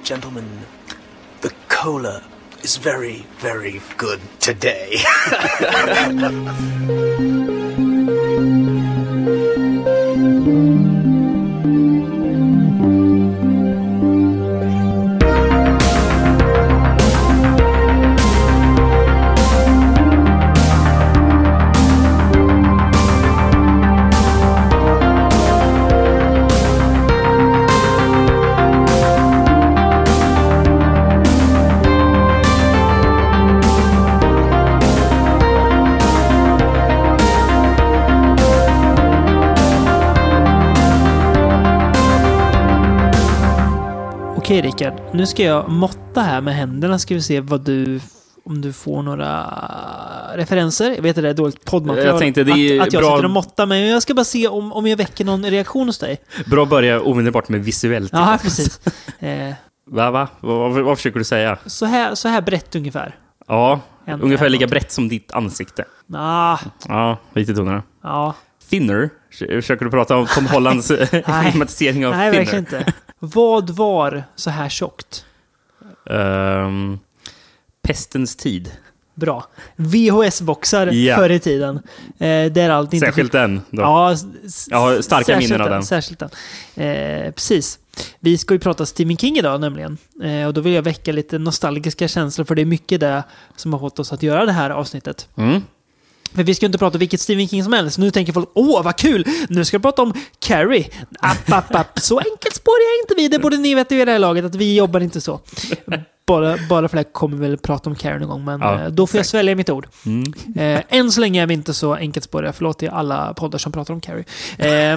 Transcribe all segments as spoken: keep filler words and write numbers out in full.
Gentlemen, the cola is very, very good today. Okej Rickard, nu ska jag måtta här med händerna. Ska vi se vad du, om du får några referenser. Jag vet att det är dåligt poddmaterial. Jag tänkte det är att, att jag bra... sitter och måttar, men jag ska bara se om, om jag väcker någon reaktion hos dig. Bra att börja omedelbart med visuellt. Ja, precis. eh, va, va? Vad, vad, vad försöker du säga? Så här, så här brett ungefär. Ja, en, ungefär en lika något. brett som ditt ansikte. Ah, Ja, lite tunnare. ja. Thinner? Försöker du prata om Tom Hollands filmatisering av Nej, Thinner? verkligen inte. Vad var så här tjockt? Um, pestens tid. Bra. V H S-boxar Ja. förr i tiden. Eh, där allt inte Särskilt den då. Ja, s- Jag har starka särskilt minnen av den. Särskilt den. Eh, precis. Vi ska ju prata Stephen King idag nämligen. Eh, och då vill jag väcka lite nostalgiska känslor, för det är mycket det som har fått oss att göra det här avsnittet. Mm. För vi ska ju inte prata vilket Stephen King som helst. Nu tänker folk, åh vad kul! Nu ska vi prata om Carrie. App, app, app. Så enkelt spår jag inte vi. Det borde ni veta i det här laget, att vi jobbar inte så. Bara, bara för det kommer vi väl prata om Carrie någon gång, men Ja, eh, då får jag exakt. svälja mitt ord. Mm. Eh, än så länge är vi inte så enkelt spåriga. Förlåt till alla poddar som pratar om Carrie. Eh,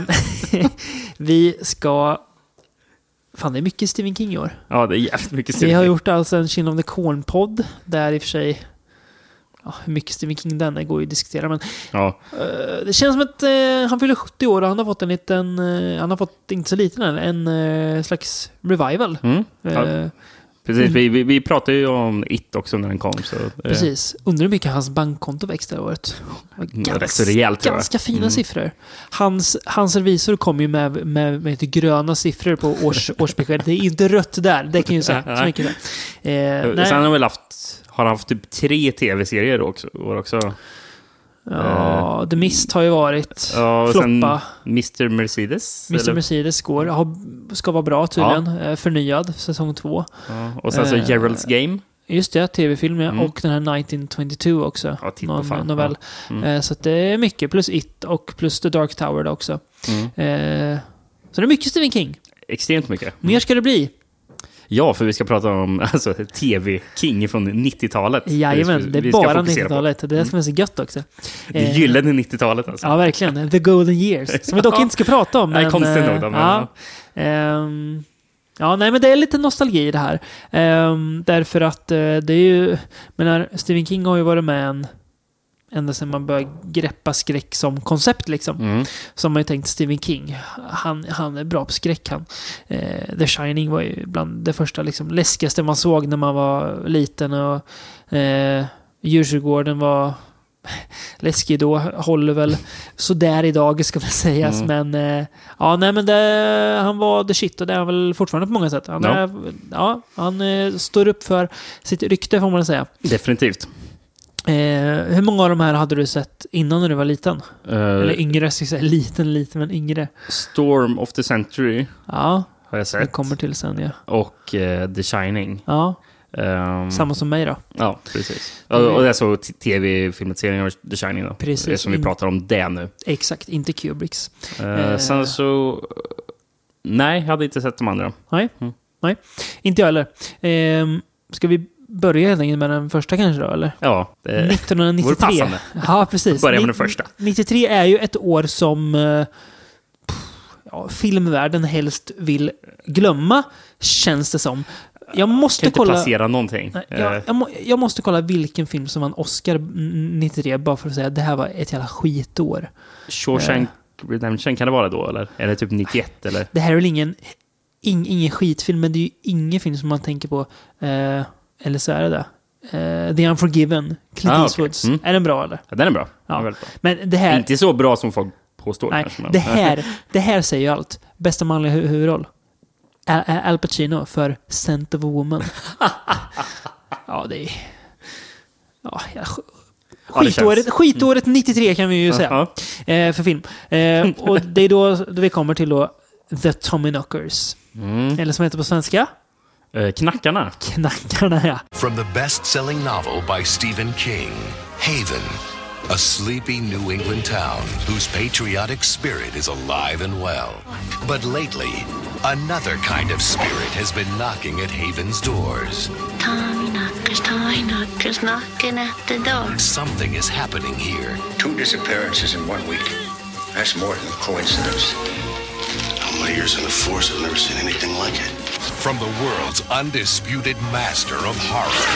vi ska... Fan, det är mycket Stephen King i år. Ja, det är jävligt mycket Vi Stephen har King. gjort alltså en Chin of the Corn-podd, där i och för sig... Ja, hur mycket Stephen King den är går ju att diskutera, men Ja. eh, det känns som att eh, han fyller sjuttio år och han har fått en liten... Eh, han har fått, inte så liten än, en eh, slags revival. Mm. Ja. Eh, Precis, vi, vi, vi pratade ju om It också när den kom. Så, eh, Precis. Undrar hur mycket hans bankkonto växte det året. Det var rätt så rejält, tror jag. ganska fina Mm. siffror. Hans, hans revisor kom ju med, med, med gröna siffror på års, årsbesked. Det är inte rött där, det kan jag ju säga. Så mycket där. Eh, Sen nej. har han väl haft, har han haft typ tre tv-serier också. också. Ja, The Mist har ju varit Ja, och sen floppa. mister Mercedes. mister eller? Mercedes går, har, ska vara bra tydligen. Eh, förnyad, säsong två. Ja, och sen så Eh, Gerald's Game. Just det, tv-film ja. Mm. Och den här nitton tjugotvå också. Ja, titta Någon fan. novell. Ja. Mm. Eh, så att det är mycket. Plus It och plus The Dark Tower då också. Mm. Eh, så det är mycket Stephen King. Extremt mycket. Mer ska det bli. Ja, för vi ska prata om alltså, tv-king från nittiotalet. Jajamän, Vi- det är vi ska bara fokusera på. nittiotalet. Det är det som är så gött också. Det Eh, gyllene nittiotalet alltså. Ja, verkligen. The Golden Years. Som vi dock Ja. inte ska prata om. Nej, Men, konstigt eh, nog då, men- ja, ehm, ja, nej, men det är lite nostalgi i det här. Ehm, därför att eh, det är ju... Menar, Stephen King har ju varit med en ända sedan man började greppa skräck som koncept liksom. Mm. Som man ju tänkt Stephen King. Han, han är bra på skräck han. Eh, The Shining var ju bland det första liksom, läskigaste man såg när man var liten. Och eh, Djurgården var läskig då. Håller väl så där idag ska väl sägas. Mm. Men eh, ja, nej men det, han var the shit och det är han väl fortfarande på många sätt. Han, Ja. är, ja, han eh, står upp för sitt rykte får man säga. Definitivt. Eh, hur många av de här hade du sett innan när du var liten? Uh, Eller yngre, ska jag säga. Liten, liten, men yngre. Storm of the Century Ja, har jag det sett. kommer till sen, ja. Och eh, The Shining. Ja, Um, samma som mig då. Ja, precis. Och, och det är så t- tv-filmatiseringen av The Shining då. Precis. Det är som vi In- pratar om det nu. Exakt, inte Kubricks. Uh, Eh. Sen så... Nej, jag hade inte sett de andra. Nej, Mm. nej. Inte jag heller. Ehm, ska vi börja helt enkelt med den första kanske då, eller? Ja, det vore nittonhundranittiotre. passande. Ja, precis. Börja med Ni- den första. nittiotre är ju ett år som eh, pff, ja, filmvärlden helst vill glömma, känns det som. Jag måste Kan inte kolla... placera någonting. Nej, Eh, jag, jag, må, jag måste kolla vilken film som vann Oscar nittiotre bara för att säga att det här var ett jävla skitår. Shawshank Redemption, kan det vara då, eller? Eller typ nittioett, eller? Det här är väl ingen, ing, ingen skitfilm, men det är ju ingen film som man tänker på. Eh, eller så är det det. Eh, The Unforgiven, Clint Ah, okej. Eastwoods. Mm. är den bra eller? Ja, den är bra. Ja. Den är väldigt bra. Men det här, Inte så bra som folk påstår nej, kanske. Men... det här, det här säger ju allt. Bästa manliga hu- huvudroll. Al, Al Pacino för Scent of a Woman. Ja, det är... Ja, ja, skitåret, ja, skitåret nittiotre kan vi ju säga. Uh-huh. Eh, för film. Eh, och det är då, då vi kommer till då The Tommyknockers. Mm. Eller som heter på svenska? Uh, knackarna. Knackarna, ja. From the best-selling novel by Stephen King, Haven, a sleepy New England town whose patriotic spirit is alive and well. But lately, another kind of spirit has been knocking at Haven's doors. Tommyknockers, Tommyknockers knocking at the door. Something is happening here. Two disappearances in one week. That's more than a coincidence. In my years in the force, I've never seen anything like it. From the world's undisputed master of horror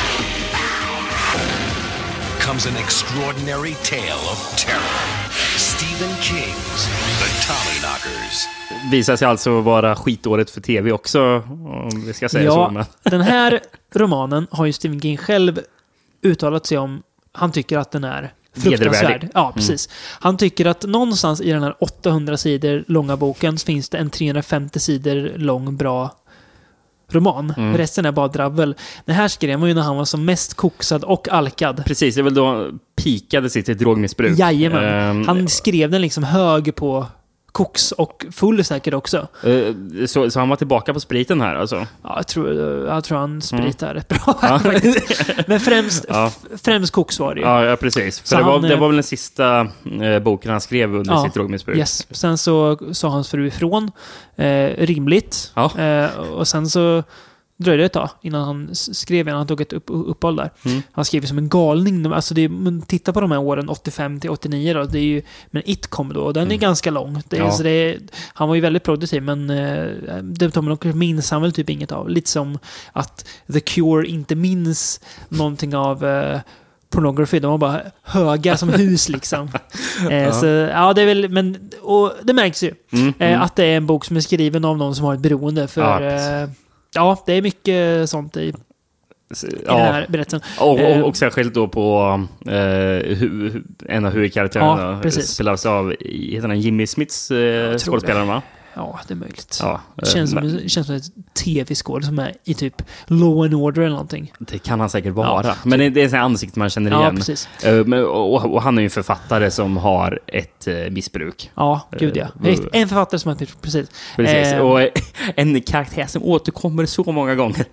comes an extraordinary tale of terror. Stephen King's The Tommyknockers. Visar sig alltså vara skitåret för tv också, om vi ska säga ja, så. Men. Den här romanen har ju Stephen King själv uttalat sig om. Han tycker att den är fruktansvärd. Ja, precis. Mm. Han tycker att någonstans i den här åttahundra sidor långa boken finns det en trehundrafemtio sidor lång bra roman. Mm. Resten är bara drabbel. Den här skrev man ju när han var som mest koksad och alkad. Precis, det är väl då pikade sitt drogmissbruk. Jajamän. Um, han skrev den liksom hög på koks och full säkert också. Uh, så, så han var tillbaka på spriten här alltså? Ja, jag tror, jag tror han spritar mm. rätt bra. Ja. Men främst, ja. främst koks var det ju. Ja, ja precis. För det, han, var, det var väl den sista eh, boken han skrev under ja, sitt drogmissbruk. Yes. Sen så sa hans fru ifrån. Eh, rimligt. Ja. Eh, och sen så dröjde det ett tag innan han skrev igen. Han tog ett upp, uppehåll där. Mm. Han skrev som en galning. Alltså det, men titta på de här åren åttiofem till åttionio då. Det är ju, men It kom då och den är mm. ganska lång. Det är, ja. så det är, han var ju väldigt produktiv, men eh, det tar man också minns han väl typ inget av. Lite som att The Cure inte minns någonting av eh, pornography. De var bara höga som hus liksom. eh, ja. Så ja, det är väl, men och det märks ju mm. eh, mm. att det är en bok som är skriven av någon som har ett beroende för ja, Ja, det är mycket sånt i, i ja. den här berättelsen. Och, och, och särskilt då på eh, hu, en av huvudkaraktärerna ja, spelas av heter den Jimmy Smiths eh, skådespelare, va? Ja, det är möjligt. Ja, det känns, men, som, känns som ett tv-skåd som är i typ Law and Order eller någonting. Det kan han säkert vara. Ja, men det är en ansikte man känner igen. Ja, precis. Uh, men, och, och han är ju en författare som har ett uh, missbruk. Ja, gud ja. Uh, en författare som har ett missbruk, precis. Precis, uh, och en karaktär som återkommer så många gånger.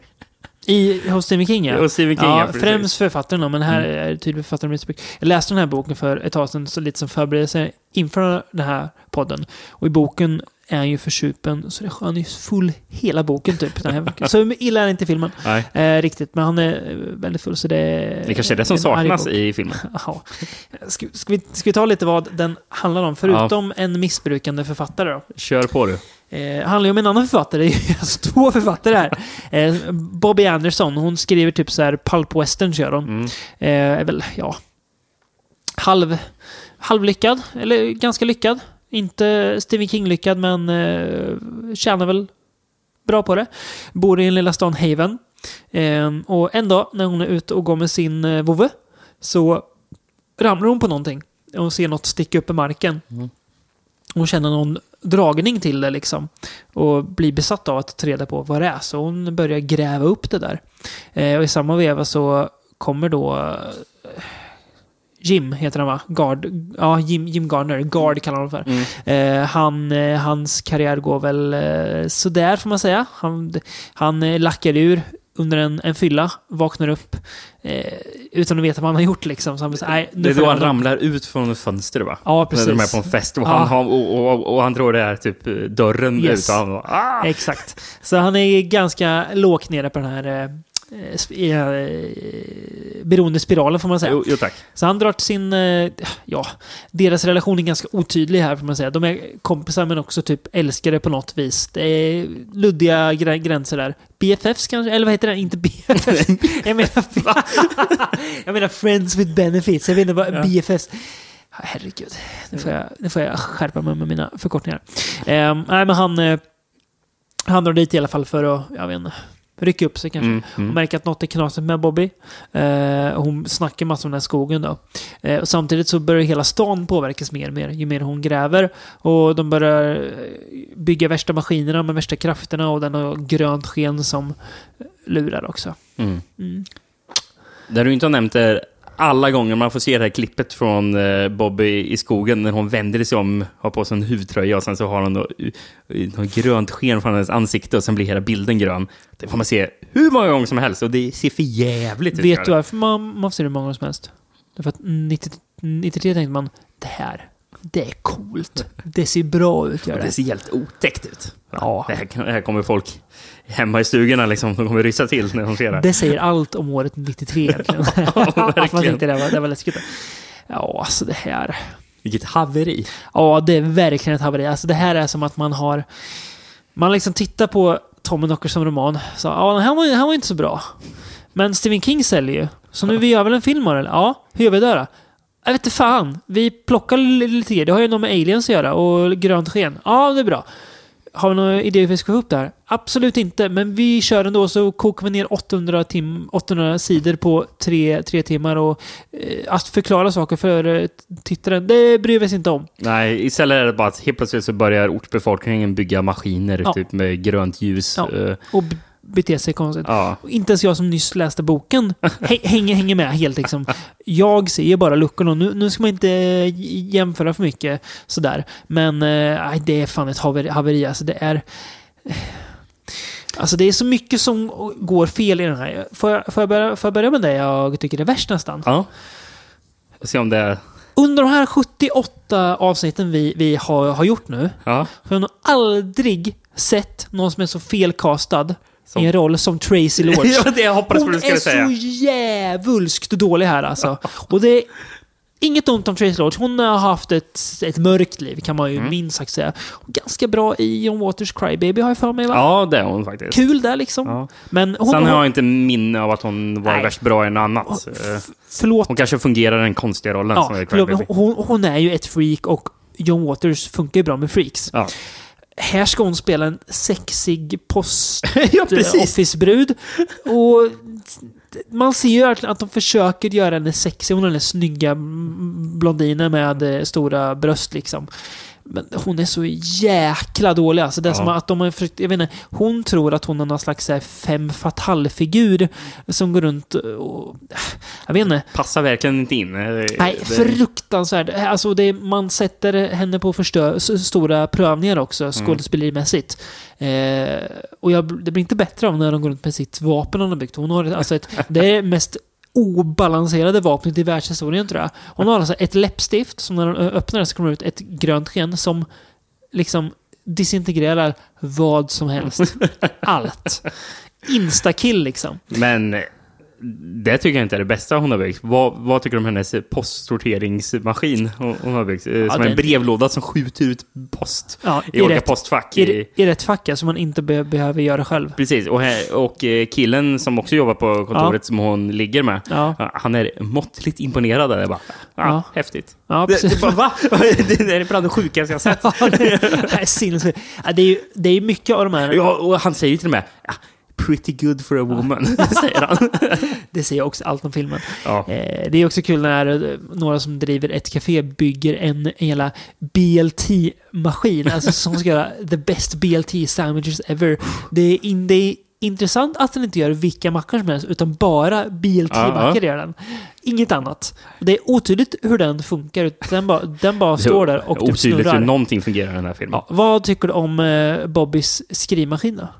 I, hos Stephen King, ja. Hos Stephen King, ja, ja främst författaren, men här mm. är det tydligt författaren missbruk. Jag läste den här boken för ett tag sedan, så lite som förberedelse inför den här podden. Och i boken är han ju försupen, så det, han är ju full hela boken typ. Den här, så illa är inte filmen eh, riktigt, men han är väldigt full, så det det kanske är det som saknas i filmen. Ja. Ska, ska, vi, ska vi ta lite vad den handlar om, förutom ja. en missbrukande författare då? Kör på du. Eh, handlar ju om en annan författare. Det är alltså två författare här. Eh, Bobby Anderson, hon skriver typ så här pulp western, gör hon. Mm. Eh, är väl, ja, halv, halvlyckad, eller ganska lyckad. Inte Stephen King-lyckad, men eh, tjänar väl bra på det. Bor i en lilla stan Haven. Eh, och en dag när hon är ute och går med sin eh, vovve, så ramlar hon på någonting. Hon ser något sticka upp i marken. Mm. Hon känner någon dragning till det liksom. Och blir besatt av att ta reda på vad det är. Så hon börjar gräva upp det där. Eh, och i samma veva så kommer då... Eh, Jim heter han, va? Guard. Ja, Jim, Jim Gardner. Guard kallar han för. Mm. Eh, han, eh, hans karriär går väl eh, sådär, får man säga. Han, han eh, lackar ur under en, en fylla, vaknar upp eh, utan att veta vad han har gjort liksom. Så han, nej, det är då han ramlar ut från ett fönster, va? Ja, precis. När de är på en fest och, ja. han, har, och, och, och han tror det är typ dörren yes. ut. Och han, ah! Exakt. Så han är ganska lågt nere på den här eh, beroende spiralen, får man säga. Jo, jo, tack. Så han drar till sin, ja, deras relation är ganska otydlig här, får man säga. De är kompisar men också typ älskare på något vis. Det är luddiga gränser där. B F Fs kanske, eller vad heter det? Inte B F Fs. jag menar jag menar Friends with Benefits. Jag vet inte vad ja. B F Fs. Herregud. Nu får jag, nu får jag skärpa mig med mina förkortningar. Um, nej, men han han drar dit i alla fall för att, jag vet inte, rycker upp sig kanske. Mm, mm. Hon märker att något är knasigt med Bobby. Eh, hon snackar massor om den här skogen då. Eh, och samtidigt så börjar hela stan påverkas mer och mer ju mer hon gräver. Och de börjar bygga värsta maskinerna med värsta krafterna och den har grönt sken som lurar också. Mm. Mm. Där du inte har nämnt är alla gånger man får se det här klippet från eh, Bobby i skogen när hon vänder sig om, har på sig en huvudtröja och sen så har hon något, något grönt sken från hennes ansikte och sen blir hela bilden grön. Det får man se hur många gånger som helst och det ser för jävligt ut. Vet du varför man, man får se det hur många gånger som helst? Därför att nittio, nittiotre tänkte man, det här, det är coolt. Det ser bra ut. Gör det. det ser helt otäckt ut. Ja. Det, här, det här kommer folk hemma i stugorna liksom, de kommer ryssa till när de ser det. Det säger allt om året nittiotre egentligen. Ja, man tänkte det var, det var läskigt. Ja, alltså det här. Vilket haveri. Ja, det är verkligen ett haveri. Alltså det här är som att man har... Man liksom tittar på Tommy Knockers som roman. Så, ja, den här var, den här var inte så bra. Men Stephen King säljer ju. Så nu vi gör väl en film av det? Ja, hur gör vi det då? Jag vet inte fan. Vi plockar lite grejer. Det har ju något med aliens att göra. Och grönt sken. Ja, det är bra. Har vi några idéer hur vi ska få upp det här? Absolut inte. Men vi kör ändå så kokar vi ner åttahundra, tim- åttahundra sidor på tre, tre timmar. Och eh, att förklara saker för eh, tittaren, det bryr vi oss inte om. Nej, istället är det bara att helt plötsligt så börjar ortsbefolkningen bygga maskiner Ja. typ med grönt ljus. Ja. Uh, Och b- bete sig konstigt. ja. Och inte ens jag som nyss läste boken h- hänger, hänger med helt liksom. Jag ser bara luckorna. Nu, nu ska man inte jämföra för mycket sådär. Men eh, det är fan ett haveri. haveri. Alltså det är... Alltså det är så mycket som går fel i den här. Får jag, får jag, börja, får jag börja med det jag tycker det är värst nästan? Ja. Och se om det är... Under de här sjuttioåtta avsnitten vi, vi har, har gjort nu Ja. har jag nog aldrig sett någon som är så felkastad Som- i en roll som Tracy Lords. Ja, det jag hoppades på Hon du skulle är säga. så jävulskt dålig här alltså. Och det är inget ont om Tracy Lords. Hon har haft ett, ett mörkt liv kan man ju Mm. minst sagt säga. Och ganska bra i John Waters Crybaby har jag för mig va? Ja, det är hon faktiskt. Kul där liksom. Ja. Men hon, Sen hon, har jag inte minne av att hon var Nej. värst bra i något annat. Eh, förlåt. Hon kanske fungerar i den konstiga rollen som Ja, är förlåt, Crybaby. men hon, hon är ju ett freak och John Waters funkar ju bra med freaks. Ja. Här ska hon spela en sexig Ja, precis. post-office-brud. Och man ser ju verkligen att de försöker göra henne sexig. Hon är den snygga blondinen med eh, stora bröst liksom. Men hon är så jäkla dålig. Alltså det är Ja. som att de har försökt, jag vet inte, hon tror att hon har någon slags så här, femme fatale-figur som går runt och... Jag vet inte. Passar verkligen inte in. Det, Nej, det, fruktansvärt. Alltså det, man sätter henne på förstö- s- stora prövningar också, skådespelerimässigt. Eh, och jag, det blir inte bättre av när de går runt med sitt vapen hon har byggt. Hon har alltså ett, det är mest obalanserade vapnet i världshistorien tror jag. Hon har alltså ett läppstift som när hon öppnar det så kommer det ut ett grönt sken som liksom disintegrerar vad som helst. Allt. Instakill liksom. Men det tycker jag inte är det bästa hon har byggt. Vad, vad tycker du om hennes postsorteringsmaskin hon, hon har byggt? Eh, Ja, som den- en brevlåda som skjuter ut post Ja, i i olika rätt- postfack. I, I, i rätt fack som man inte be- behöver göra själv. precis. Och, här, och eh, killen som också jobbar på kontoret Ja. som hon ligger med, Ja. ja, han är måttligt imponerad. Där. Jag bara, ja, Ja. häftigt. Ja, det, precis. det, bara, va? Det är bland det sjukaste jag sett. Ja, det är sinnessjukt. Ja, det är ju det är mycket av de här. Ja, och han säger till och med, ja, pretty good for a woman, säger han. Det säger också allt om filmen. Ja. Eh, det är också kul när eh, några som driver ett café bygger en, en hela B L T-maskin. Alltså som ska göra the best B L T sandwiches ever. Det är, in, det är intressant att den inte gör vilka mackor som helst utan bara B L T-mackor gör den. Inget annat. Det är otydligt hur den funkar. Den bara, den bara står där och typ otydligt hur snurrar. någonting fungerar i den här filmen. Ja, vad tycker du om eh, Bobbys skrivmaskin då?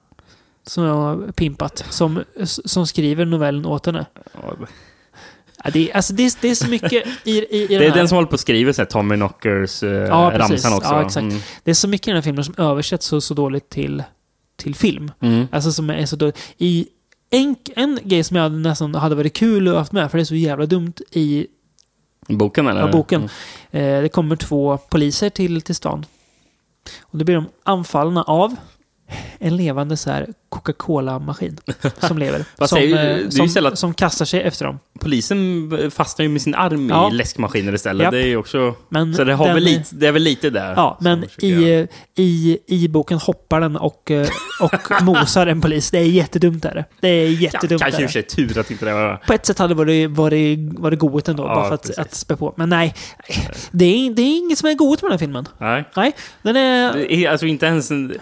Som jag har pimpat. Som, som skriver novellen åt henne. Ja. Ja, det, är, alltså det, är, det är så mycket i, i, i Det den är här. den som håller på att skriva så här, Tommy Knockers eh, Ja, precis. ramsan också. Ja, exakt. Mm. Det är så mycket i den här filmen som översätts så, så dåligt till, till film. Mm. Alltså som är så dåligt. I en, en grej som jag hade nästan hade varit kul att ha haft med, för det är så jävla dumt i Boken eller? ja, boken. Mm. Eh, det kommer två poliser till, till stan. Och då blir de anfallna av en levande så här ko- Coca-Cola-maskin som lever. Vad som, säger du? eh, Det är ju som, sällan- som kastar sig efter dem. Polisen fastnar ju med sin arm Ja. i läskmaskiner istället. Japp. Det är ju också... Men så det, har den väl är- lite, det är väl lite där. Ja, som men de försöker göra. i, i, i boken hoppar den och, eh, och mosar en polis. Det är jättedumt där. Det är Ja, jättedumt kanske i där. och för sig tur att inte det var... På ett sätt hade det varit, varit, varit goigt ändå, Ja, bara för att, precis. att spä på. Men nej, det är, det är inget som är goigt med den här filmen. Nej. Nej, den är... Det är alltså inte ens en...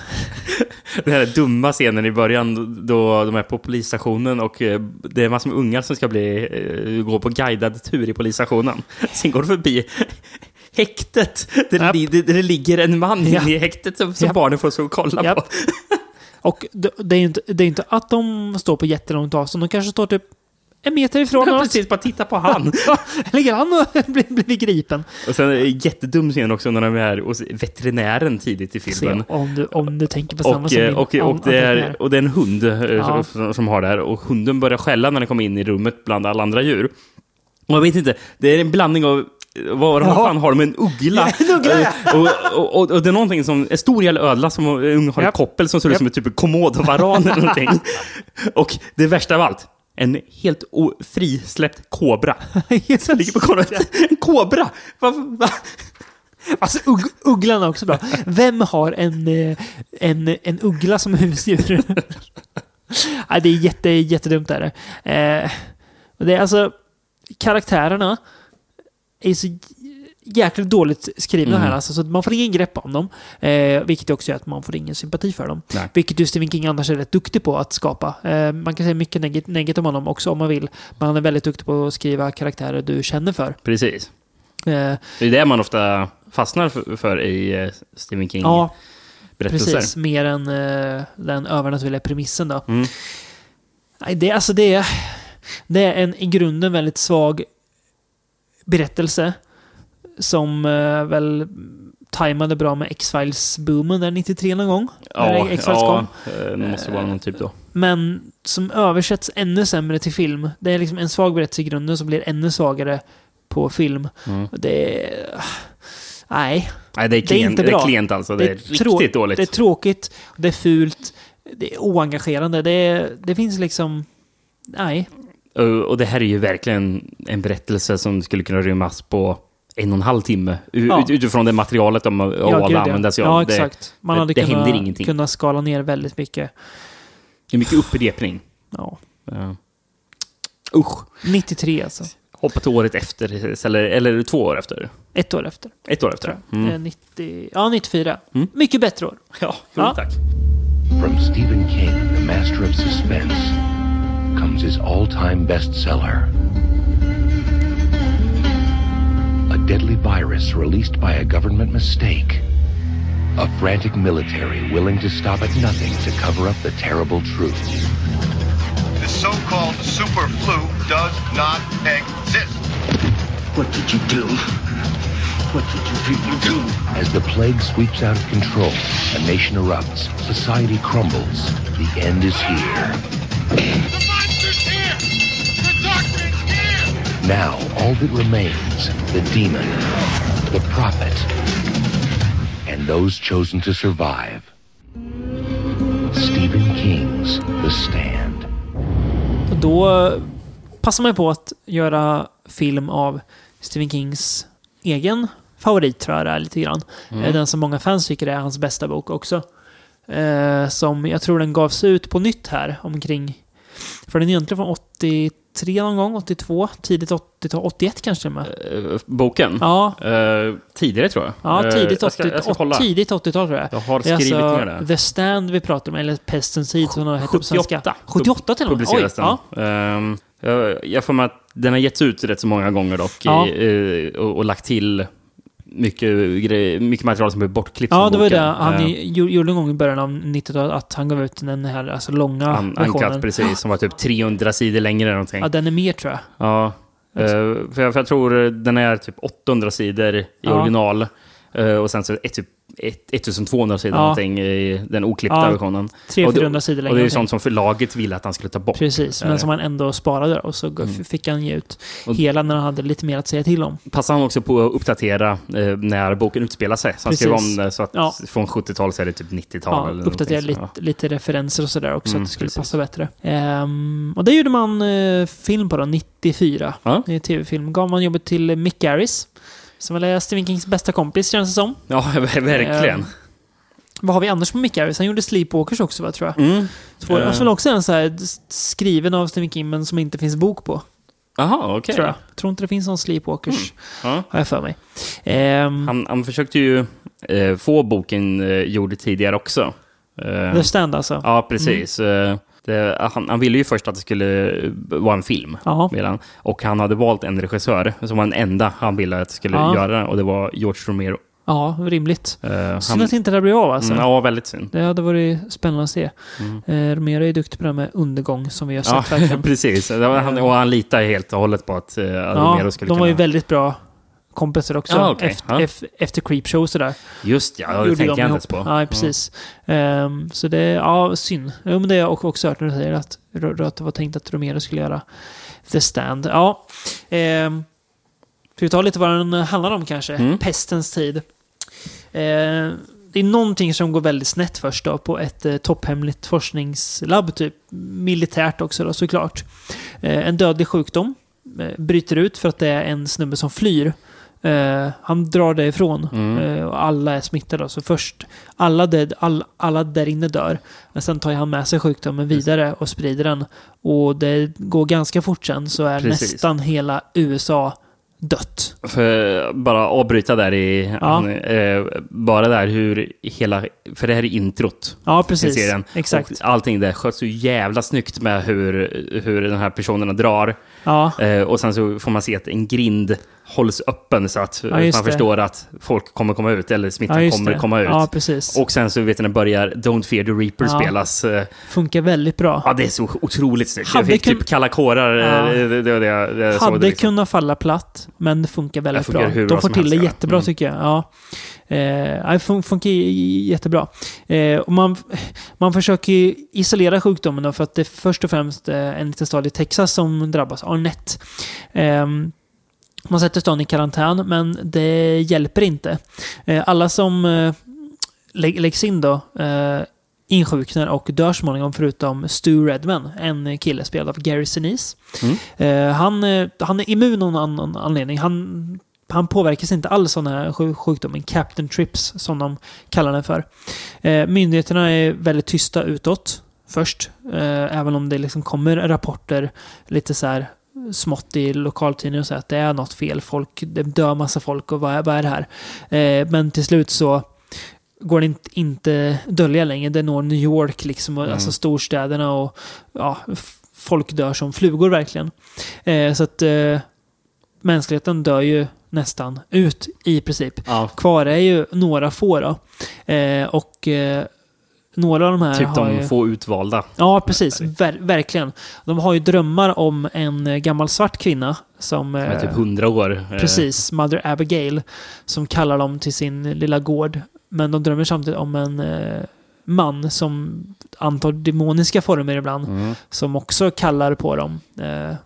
Den här dumma scenen i början då de är på polisstationen och eh, det är massor med ungar som ska bli, eh, gå på guidad tur i polisstationen. Sen går de förbi häktet där, Japp. det, där det ligger en man Ja. inne i häktet som, som Japp. barnen får så kolla Japp. på. Och det, det är ju inte, det är inte att de står på jättelångt avstånd. De kanske står typ en meter ifrån Ja, oss. precis, bara titta på han. Ja, ligger han och blir, blir gripen. Och sen är det jättedum scen också när de är hos veterinären tidigt i Se filmen. om du, om du tänker på samma Och, som eh, min- och, om- och, det om- är, och det är en hund eh, Ja. som, som har det här. Och hunden börjar skälla när den kommer in i rummet bland alla andra djur. Och jag vet inte, det är en blandning av vad de Ja. fan har de en uggla. Ja, en uggla, ja. och, och, och, och det är någonting som en stor jävla ödla som har en Japp. koppel som ser ut Japp. som ett typ komodovaran eller någonting. Och det värsta av allt, en helt o- frisläppt kobra. Jesus. Ligger på golvet. En kobra! Va, va? Alltså ugg, ugglan är också bra. Vem har en, eh, en, en uggla som husdjur? Nej, det är jätte, jättedumt där. Eh, och det är alltså karaktärerna är så jäkligt dåligt skrivna Mm. här. Alltså, så att man får ingen grepp om dem. Eh, vilket också gör att man får ingen sympati för dem. Nej. Vilket ju Stephen King annars är rätt duktig på att skapa. Eh, man kan säga mycket negativt negativt om honom också om man vill. Men han är väldigt duktig på att skriva karaktärer du känner för. Precis. Eh, Det är det man ofta fastnar för, för i eh, Stephen King ja, berättelser. precis. Mer än eh, den övernaturliga premissen då. Mm. Nej, det, alltså det, är, det är en i grunden väldigt svag berättelse som eh, väl tajmade bra med X-Files-boomen där nittiotre någon gång. Ja, när X-Files ja kom. eh, det måste vara någon typ då. Men som översätts ännu sämre till film. Det är liksom en svag berättelse i grunden som blir ännu svagare på film. Mm. Och det är... Nej. Nej, det är Det är klient, inte det är bra. klient alltså. Det är, trå- riktigt dåligt. Det är tråkigt, det är fult, det är oengagerande. Det, är, det finns liksom... Nej. Och- Och det här är ju verkligen en berättelse som skulle kunna rymmas på en och en halv timme. U- Ja. ut- Utifrån det materialet de har Ja, ja, gud, använder sig av. ja, Det- exakt. Man det- hade det händer kunnat, ingenting. kunnat skala ner väldigt mycket. Det är mycket upprepning. Ja. Ja. Usch. nittiotre alltså. Hoppa till året efter, eller, eller två år efter. Ett år efter. Ett år Tror efter. jag. Mm. Eh, nittio, ja, nittiofyra. Mm. Mycket bättre år. Ja, Ja. tack. From Stephen King, the master of suspense, comes his all-time bestseller. A deadly virus released by a government mistake. A frantic military willing to stop at nothing to cover up the terrible truth. The so-called super flu does not exist. What did you do? What did you people do? As the plague sweeps out of control, a nation erupts, society crumbles, the end is here. The monster's here! The darkness here! Now, all that remains, the demon, the prophet, and those chosen to survive. Stephen King's The Stand. Och då passar man på att göra film av Stephen Kings egen favorit, tror jag det är lite grann. Mm. Den som många fans tycker är hans bästa bok också. Eh, som jag tror den gavs ut på nytt här omkring... För den är egentligen från åttiotre någon gång, åttiotvå, tidigt åttiotal, åttioett kanske med. Eh, Boken? Ja, Eh, tidigare tror jag. ja Eh, tidigt, jag ska, jag ska åttio, kolla. tidigt åttiotal tror jag. Jag har Det är skrivit alltså ner det. The Stand vi pratar om, eller Pest and Seed som den heter på svenska. sjuttioåtta. sjuttioåtta till och med. Oj, Publiceras den. ja. Ehm, jag, jag får med att den har getts ut rätt så många gånger dock. Ja. I, eh, och, och lagt till mycket, grej, mycket material som blev bortklippt Ja, från det var boken. det han Ehm, i- gjo- gjorde en gång i början av nittiotalet att han gav ut den här alltså långa un- versionen. Uncut, precis. Som var typ trehundra sidor längre eller någonting. Ja, den är mer tror jag. Ja, eh, för, jag, för jag tror den är typ åttahundra sidor i Ja. original. Uh, och sen så ett, typ ettusentvåhundra sidor ja. någonting i den oklippta ja, versionen. tre fyrahundra sidor längre. Och det är ju sånt som förlaget ville att han skulle ta bort. Precis, men som han ändå sparade och så mm. fick han ge ut och hela när han hade lite mer att säga till om. Passade han också på att uppdatera eh, när boken utspelar sig. Så han skrev om det så att ja. från sjuttiotal så är det typ nittiotal. Ja, eller uppdatera lite, ja. lite referenser och sådär också, mm, att det skulle precis. passa bättre. Um, och det gjorde man uh, film på då, nittiofyra. Ja. I tv-film. Gav man jobbet till Mick Garris, som väl är Stephen Kings bästa kompis, känns det som. Ja, verkligen. Uh, vad har vi annars på Mick Garris? Han gjorde Sleepwalkers också, va, tror jag. Mm. Två, uh. alltså också en så här skriven av Stephen King, men som inte finns bok på. Jaha, okej. Okay. Tror jag. tror inte det finns någon Sleepwalkers. Mm. Uh. Har jag för mig. Um, han, han försökte ju uh, få boken uh, gjord tidigare också. Uh, The Stand alltså? Ja, precis. Mm. Uh, Det, han, han ville ju först att det skulle vara en film. Han, och han hade valt en regissör som var den enda han ville att det skulle ja. göra. Och det var George Romero. Ja, rimligt. Uh, synd att inte det blev av alltså. Mm, ja, väldigt synd. Det hade varit spännande att se. Mm. Uh, Romero är duktig på det med undergång som vi har sett. Ja, precis. Var, han, och han litar helt och hållet på att uh, ja, Romero skulle de kunna... var ju väldigt bra kompisar också. Ah, okay. efter, ja. efter Creepshow och sådär. Just ja, det tänkte jag inte på. Ja, precis. Mm. Um, så det är ja, synd. Ja, men det är också, också hört när du säger att, att det var tänkt att Romero skulle göra The Stand. Ja. Um, ska vi ta lite vad den handlar om kanske? Mm. Pestens tid. Uh, det är någonting som går väldigt snett först då på ett uh, topphemligt forskningslabb, typ militärt också då, såklart. Uh, en dödlig sjukdom uh, bryter ut för att det är en snubbe som flyr. Uh, han drar det ifrån mm. uh, och alla är smittade. Så först, alla, död, all, alla där inne dör. Men sen tar han med sig sjukdomen vidare och sprider den. Och det går ganska fort sen, så är Precis. nästan hela U S A dött. För bara avbryta där i ja. han, eh, bara där hur hela, för det här är introt. Ja, precis. Serien. Exakt. Och allting där sköts så jävla snyggt med hur, hur den här personerna drar. Ja. Eh, och sen så får man se att en grind hålls öppen så att ja, man det. förstår att folk kommer komma ut eller smittan ja, kommer det. komma ut. Ja, precis. Och sen så vet ni, börjar Don't Fear the Reaper ja. spelas. Funkar väldigt bra. Ja, det är så otroligt snyggt. Hade jag fick kun... typ kalla kårar. Ja. Det, det, det, det, det, Hade det liksom. kunnat falla platt, men det funkar väldigt funkar bra. De får till det jättebra mm. tycker jag. Ja. Eh, det funkar jättebra. Eh, och man, man försöker isolera sjukdomen då, för att det är först och främst en liten stad i Texas som drabbas. Arnett. Eh, Man sätter stan i karantän, men det hjälper inte. Alla som lä- läggs in då insjuknar och dör småningom, förutom Stu Redman, en kille spelad av Gary Sinise. Mm. Han, han är immun av någon annan anledning. Han, han påverkas inte alls av den här sjukdomen, Captain Trips, som de kallar den för. Myndigheterna är väldigt tysta utåt först, även om det liksom kommer rapporter lite så här smått i lokaltidningen och säga att det är något fel. Folk, det dör massa folk och vad är, vad är det här? Eh, men till slut så går det inte, inte dölja längre. Det når New York liksom, mm. alltså storstäderna, och ja, f- folk dör som flugor verkligen. Eh, så att eh, mänskligheten dör ju nästan ut i princip. Ja. Kvar är ju några få då. Eh, och eh, några av de här typ har de ju... få utvalda. Ja, precis. Ver- verkligen. De har ju drömmar om en gammal svart kvinna som... som är typ hundra år. Precis. Mother Abigail, som kallar dem till sin lilla gård. Men de drömmer samtidigt om en eh, man som antar demoniska former ibland. Mm. Som också kallar på dem. Eh,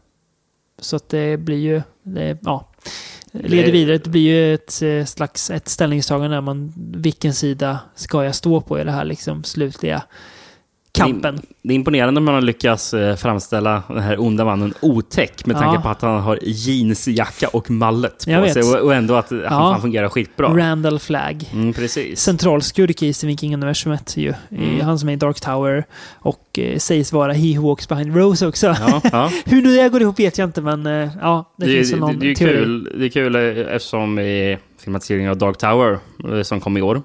så att det blir ju... Det, ja... leder vidare. Det blir ju ett slags ett ställningstagande där man, vilken sida ska jag stå på i det här liksom slutliga kampen. Det är imponerande om man har lyckats framställa den här onda mannen otäck med tanke ja. på att han har jeansjacka och mallet på jag sig vet. och ändå att ja. han fungerar skitbra. Randall Flagg. Mm, precis. Centralskurk i Stephen King-universumet ju. Mm. Han som är i Dark Tower och eh, sägs vara He Who Walks Behind Rose också. Ja, ja. Hur nu det går ihop vet jag inte, men eh, ja, det, det finns det, någon det, det är teori. Kul, det är kul eftersom i filmatiseringen av Dark Tower som kom i år,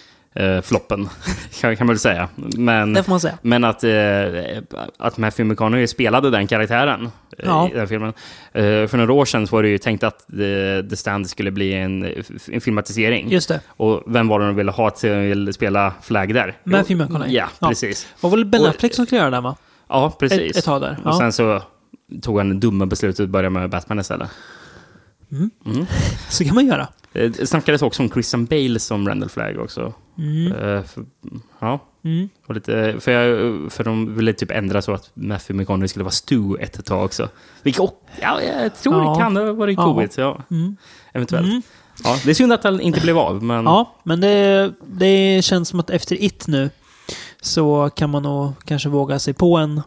Uh, floppen kan, kan man väl säga. Men, det får man säga. Men att, uh, att Matthew McConaughey spelade den karaktären ja. uh, i den filmen. Uh, för några år sedan så var det ju tänkt att The, The Stand skulle bli en, en filmatisering. Just det. Och vem var det de ville ha till att spela Flagg där? Matthew McConaughey. Ja, ja, precis. Och var väl Ben Affleck som skulle göra det, va? Ja, precis. Ett, ett tag där. Ja. Och sen så tog han det dumma beslutet att börja med Batman istället. Mm. Mm. Så kan man göra. Det snackades också om Christian Bale som Randall Flagg också. Mm. Uh, för, ja. Mm. Och lite, för, jag, för de ville typ ändra så att Matthew McConaughey skulle vara Stu ett tag också. Vilket, oh, ja, jag tror ja. det kan ha varit coolt. Ja. Mm. Eventuellt. Mm. Ja, det är synd att det inte blev av. Men... Ja, men det, det känns som att efter It nu så kan man nog kanske våga sig på en,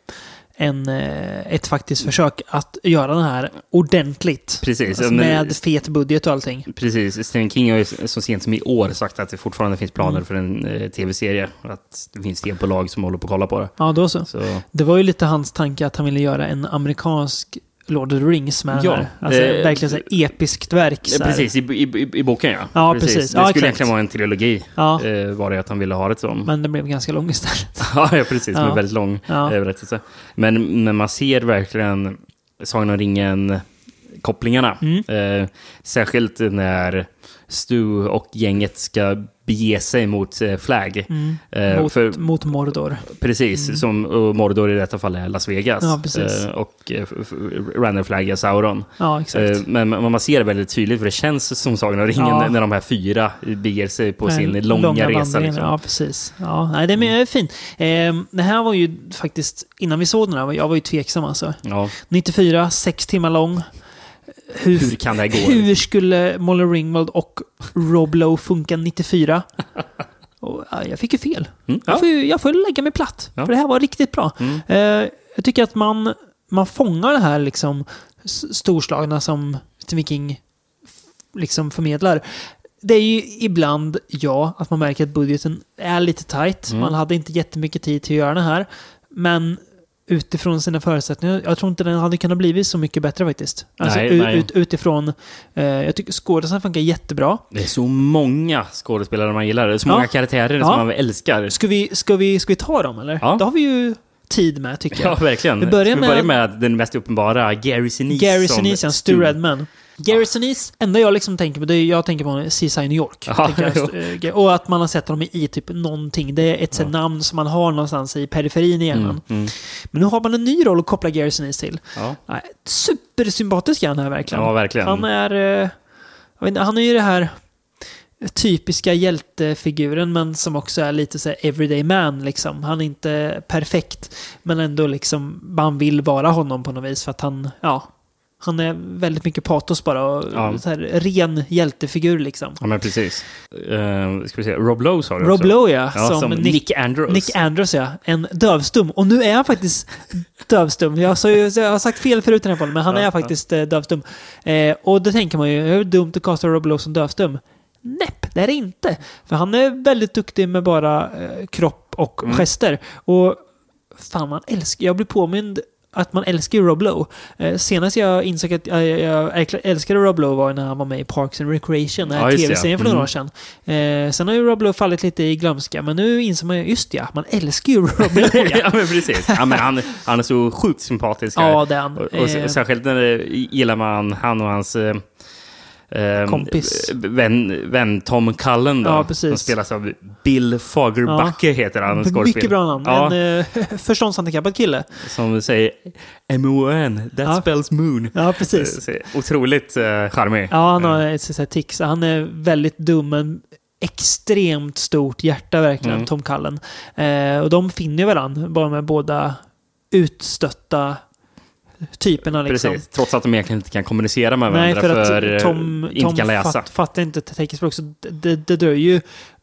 en, ett faktiskt försök att göra den här ordentligt. Precis. Alltså med fet budget och allting. Precis. Stephen King har ju så sent som i år sagt att det fortfarande finns planer mm. för en eh, tv-serie. Att det finns tv-bolag som håller på att kolla på det. Ja, då så. så. Det var ju lite hans tanke att han ville göra en amerikansk Lord of the Rings med ja, den här. Alltså eh, verkligen så här episkt verk. Så här. Precis, i, i, i boken ja. Ja, precis. precis. Det ja, skulle exakt. egentligen vara en trilogi. Ja. Eh, var det att han ville ha det som. Men det blev ganska lång istället. ja, precis. Ja. Med väldigt lång ja. eh, berättelse. Men när man ser verkligen Sagan om ringen-kopplingarna. Mm. Eh, särskilt när Stu och gänget ska bege sig mot eh, Flagg. Mm. Eh, mot, för, mot Mordor. Precis, mm. som och Mordor i detta fall är Las Vegas. Ja, precis. Eh, och eh, Randall Flagg är Sauron. Ja, exakt. Eh, men man ser det väldigt tydligt, för det känns som Sagan om ringen ja. när de här fyra beger sig på sin Nej, långa, långa resa. Liksom. Ja, precis. Ja, nej, det är mm. fint. Eh, det här var ju faktiskt, innan vi såg den här, jag var ju tveksam alltså. Ja. nittiofyra, sex timmar lång. Hur, hur kan det gå? Hur skulle Molly Ringwald och Rob Lowe funka nittiofyra? Och, ja, jag fick ju fel. Mm, ja. jag, får, jag får lägga mig platt. Ja. För det här var riktigt bra. Mm. Eh, jag tycker att man, man fångar det här liksom storslagna som Stephen King liksom förmedlar. Det är ju ibland, ja, att man märker att budgeten är lite tight. Mm. Man hade inte jättemycket tid till att göra det här. Men utifrån sina förutsättningar, jag tror inte den hade kunnat bli så mycket bättre faktiskt. Alltså nej, ut, nej. Ut, utifrån, eh, jag tycker skådespelaren funkar jättebra. Det är så många skådespelare man gillar. Det är så många ja. karaktärer ja. som man älskar. Ska vi, ska vi, ska vi ta dem eller? Ja. Då har vi ju tid med tycker jag. Ja, verkligen. Vi börjar Ska vi med, börja med den mest uppenbara, Gary Sinise. Gary Sinise, Stu Redman. Gary Sinise, enda jag liksom tänker på, det är jag tänker på C S I New York. Ja, jag, och att man har sett honom i typ någonting. Det är ett ja. namn som man har någonstans i periferin i hjärnan. Mm, mm. Men nu har man en ny roll att koppla Gary Sinise till. Ja. Nej, supersympatisk är han här verkligen. Ja, verkligen. Han är, jag vet inte, han är ju det här typiska hjältefiguren, men som också är lite så här everyday man liksom. Han är inte perfekt, men ändå liksom man vill vara honom på något vis för att han, ja, han är väldigt mycket patos bara och ja. så här, ren hjältefigur liksom. Ja, men precis. Uh, ska vi se, Rob Lowe sa du Rob också. Lowe, ja. ja som, som Nick, Nick Andrews. Nick Andrews, ja. En dövstum. Och nu är han faktiskt dövstum. Jag, så, jag har sagt fel förut i den här podden, men han ja, är faktiskt ja. dövstum. Eh, och då tänker man ju, hur dumt att kasta Rob Lowe som dövstum? Näpp, det är det inte. För han är väldigt duktig med bara eh, kropp och mm. gester. Och fan, man älskar, jag blir påmind att man älskar Rob Lowe. Eh, senast jag insåg att jag, jag älskade Rob Lowe var när han var med i Parks and Recreation, den här ja, tv-serien för några mm. år sedan. Eh, sen har ju Rob Lowe fallit lite i glömska, men nu inser man ju, just ja, man älskar ju Rob Lowe. Ja, men precis. Ja, men han, han är så sjukt sympatisk. Ja, den. Och, och eh, särskilt när det gillar man han och hans eh, kompis. Vän, vän Tom Cullen då. Ja, precis. Som spelas av Bill Fagerbacke, ja. heter han. Mycket bra namn. Ja. En uh, förståndshandikappad kille. Som säger M O N, that ja. spells moon. Ja, precis. Otroligt uh, charmig. Ja, han har ett sånt här tics. Han är väldigt dum, men extremt stort hjärta verkligen, mm. Tom Cullen. Eh, och de finner ju varandra, bara med båda utstötta typerna liksom. Precis, trots att de egentligen inte kan kommunicera med Nej, varandra för, för att Tom, inte Tom kan läsa. Fatt, fattar inte teckenspråk, så det, det drar ju.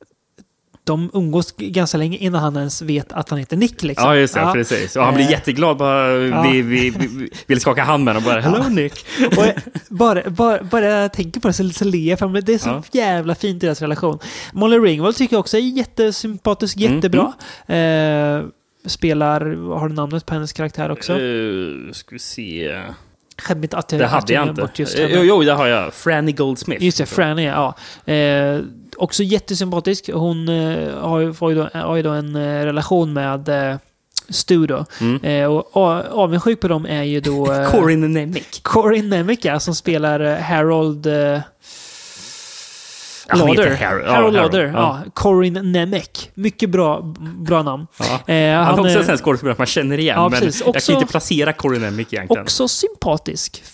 De umgås ganska länge innan han ens vet att han heter Nick liksom. Ja, just det, ja. precis. Och han blir jätteglad, bara ja. vi, vi, vi vill skaka hand med honom och bara, hello ja. Nick. Och bara, bara, bara jag tänker på det så, så ler jag fram. Det är så ja. jävla fint i deras relation. Molly Ringwald tycker jag också är jättesympatisk, jättebra. Mm. Eh, spelar, har du namnet på hennes karaktär också? Uh, ska vi se. Att, att, det hade jag inte. Jo, jo, det har jag. Franny Goldsmith. Just det, Franny, ja. Eh, också jättesympatisk. Hon eh, har, ju, har, ju då, har ju då en eh, relation med eh, Stu då. Mm. Eh, och avundsjuk på dem är ju då eh, Corin Nemec. Corin Nemec, ja, som spelar eh, Harold eh, Ja, Lauder. Harold, Harold ja, Lauder. Harold. Ja. Corin Nemec. Mycket bra, bra namn. Ja. Eh, han, han är också en sån skådespelare man känner igen. Ja, men också, jag kan inte placera Corin Nemec egentligen. Också sympatisk.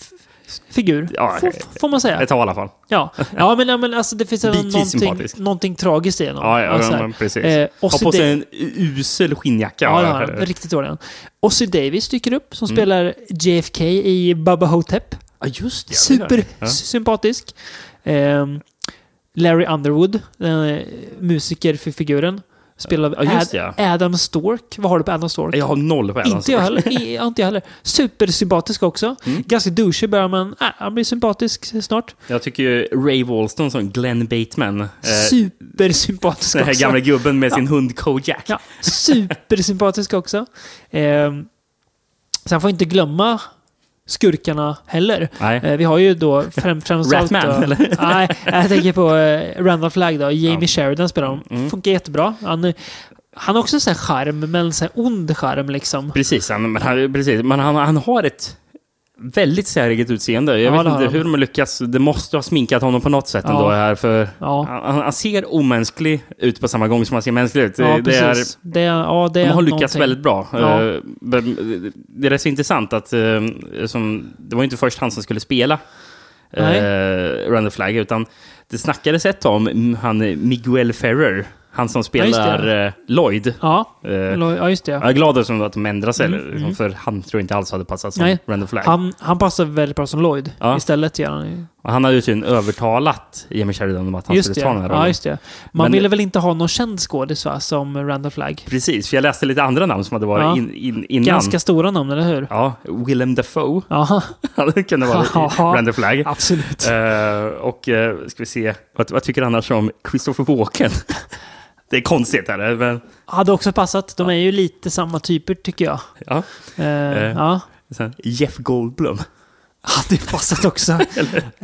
figur, Ja, får, får man säga. Ett tag i alla fall. Ja, ja men, ja, men alltså, det finns Bitvis någonting, sympatisk. någonting tragiskt i honom. Ja, ja, alltså, men precis. Eh, Har på sig Da- en usel skinnjacka. Ja, det har han. Riktigt dålig. Ossie Davis dyker upp som Mm. spelar J F K i Bubba Hotep. Ja, just det. Super Ja. sympatisk. Ehm, Larry Underwood, eh, musiker för figuren. Spelar Ja, just Ad- det. Adam Stork. Vad har du på Adam Stork? Jag har noll på Adam Inte jag heller. I, inte jag heller. Supersympatisk också. Mm. Ganska douchig börjar man. Äh, han blir sympatisk snart. Jag tycker ju Ray Walston som Glenn Bateman. Eh, Supersympatisk den här också. gamla gubben med sin hund Kojak. Ja, supersympatisk också. Ehm, sen får jag inte glömma skurkarna heller. Nej. Eh, vi har ju då främ, främst allt Ratman, då, eller? Nej, jag tänker på eh, Randall Flagg då. Jamie Ja. Sheridan spelar honom. Mm. Funkar jättebra. Han, eh, han har också så här charm, men så här ond charm liksom. Precis, han, men han, precis. Men han, han har ett väldigt säreget utseende. Jag Ja, vet det har inte han. hur de lyckas. Det måste ha sminkat honom på något sätt Ja. ändå här. För Ja. han, han ser omänsklig ut på samma gång som han ser mänsklig ut. Ja, det är, precis. Det är, ja, det är de har lyckats någonting. väldigt bra. Ja. Eh, men det är rätt så intressant att eh, som, det var inte först han som skulle spela Nej. eh, Randall Flagg, utan det snackades ett om mm, han Miguel Ferrer, han som Ja, just spelar det. eh, Lloyd. Ja, Eh, ja, just det. Jag är glad som att de ändrar sig, Mm, eller, mm. för han tror inte alls hade passat som Nej. Randall Flagg. Han, han passar väldigt bra som Lloyd. Ja. Istället gör han ju... Och han hade ju tydligen övertalat Jamie Sheridan om att han Just skulle det. ta den här rollen. Ja, just det. Man Men- ville väl inte ha någon känd skådis va, som Randall Flagg. Precis, för jag läste lite andra namn som hade varit Ja. in, in, innan. Ganska stora namn, eller hur? Ja, Willem Dafoe. Ja, Han kunde vara Ja. Randall Flagg. absolut. Eh, och uh, ska vi se, vad, vad tycker du annars om Christopher Walken? Det är konstigt, eller? Men, Hade också passat. De är ju lite samma typer, tycker jag. ja. Eh, Eh. Ja. Sen, Jeff Goldblum. Hade passat också. Eh,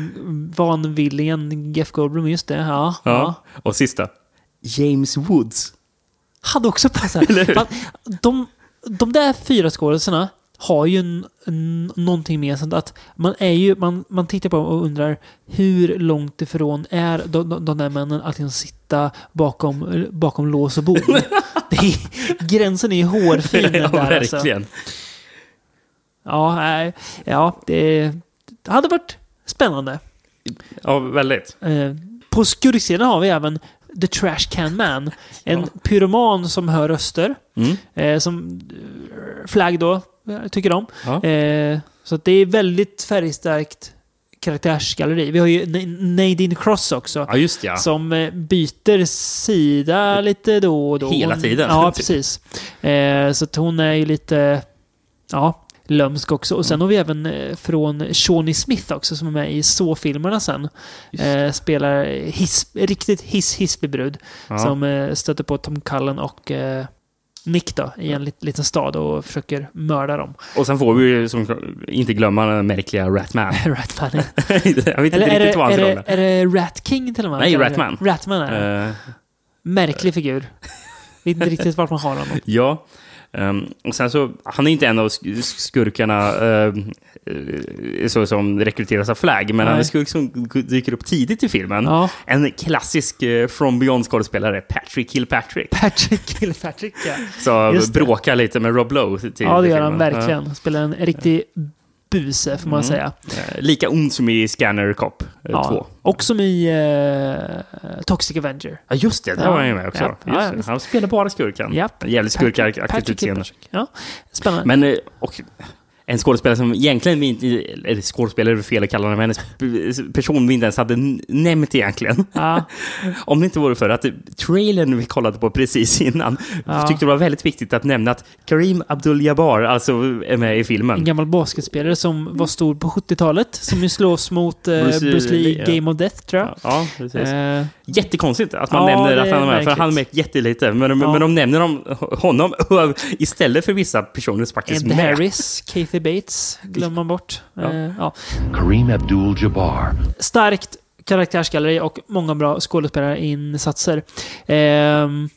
Vanvilligen Jeff Goldblum, just det. Ja, Ja. ja. Och sista, James Woods. Hade också passat. Eller hur? Fan, de, de där fyra skådespelarna har ju en, en, någonting med sånt att man är ju, man, man tittar på dem och undrar hur långt ifrån är de, de, de där männen att liksom sitta bakom, bakom lås och bom. Det är, gränsen är ju hårfin Ja, där alltså. verkligen. Ja, nej, ja det, det hade varit spännande. Ja, väldigt. Eh, på skurksidan har vi även The Trash Can Man. En pyroman som hör röster. Mm. Eh, som eh, Flagg då eh, tycker om. Ja. Eh, så att det är väldigt färgstarkt karaktärsgalleri. Vi har ju N- Nadine Cross också. Ja, just ja. Som eh, byter sida lite då och då. Hela Hon- tiden. Ja, precis. Eh, så att hon är ju lite... Ja, lömsk också. Och sen har vi även eh, från Shawnee Smith också som är med i Så-filmerna sen. Eh, spelar his, riktigt hiss-hisslig brud. Ja. Som eh, stöter på Tom Cullen och eh, Nick då, i en lit, liten stad och försöker mörda dem. Och sen får vi ju som, inte glömma den märkliga Ratman. Ratman. Jag vet inte Eller riktigt är det, vad hans är, roll det, är det Rat King till och med? Nej, Kallar Ratman. det? Ratman är det. Eh, Märklig figur. Vet inte riktigt vart man har honom. Ja. Um, och sen så, han är inte en av sk- skurkarna uh, uh, så som rekryteras av Flagg, men Nej. han är skurk som dyker upp tidigt i filmen. Ja. En klassisk uh, From Beyond-skådespelare, Patrick Kilpatrick. Patrick Kilpatrick, ja. Så Just det. bråkar lite med Rob Lowe till Ja, det gör han filmen. verkligen. Spelar en riktig buse, får man Mm. säga. Ja. Uh, lika ond som i Scanner Cop uh, Ja. två. Och som i uh, Toxic Avenger. Ja, just det. Där Ja. var han ju med också. Ja. Just Ja, ja, det. visst. Han spelar bara skurken. Japp. Jävligt skurkaktigt Patrick utseende. Kilpatrick. Ja, spännande. Men, eh, och en skådespelare som egentligen vi inte, eller skådespelare är det fel att kalla honom, men en person vi inte ens hade n- nämnt egentligen. Ja. Om det inte vore för att trailern vi kollade på precis innan Ja. tyckte det var väldigt viktigt att nämna att Kareem Abdul-Jabbar alltså är med i filmen. En gammal basketspelare som var stor på sjuttiotalet. Som ju slås mot uh, Bruce Bruce, Lee, Lee i ja. Game of Death, tror jag. Ja, precis. Eh, Jättekonstigt att man Ja, nämner det att är han är med, för märkligt. han är med jättelite. Men, Ja. men de nämner om honom istället för vissa personer som faktiskt Ed med. Harris, Kathy Bates, glömmer man bort. Ja. Eh, ja. Kareem Abdul-Jabbar. Starkt karaktärsgalleri och många bra skådespelarinsatser. Ehm,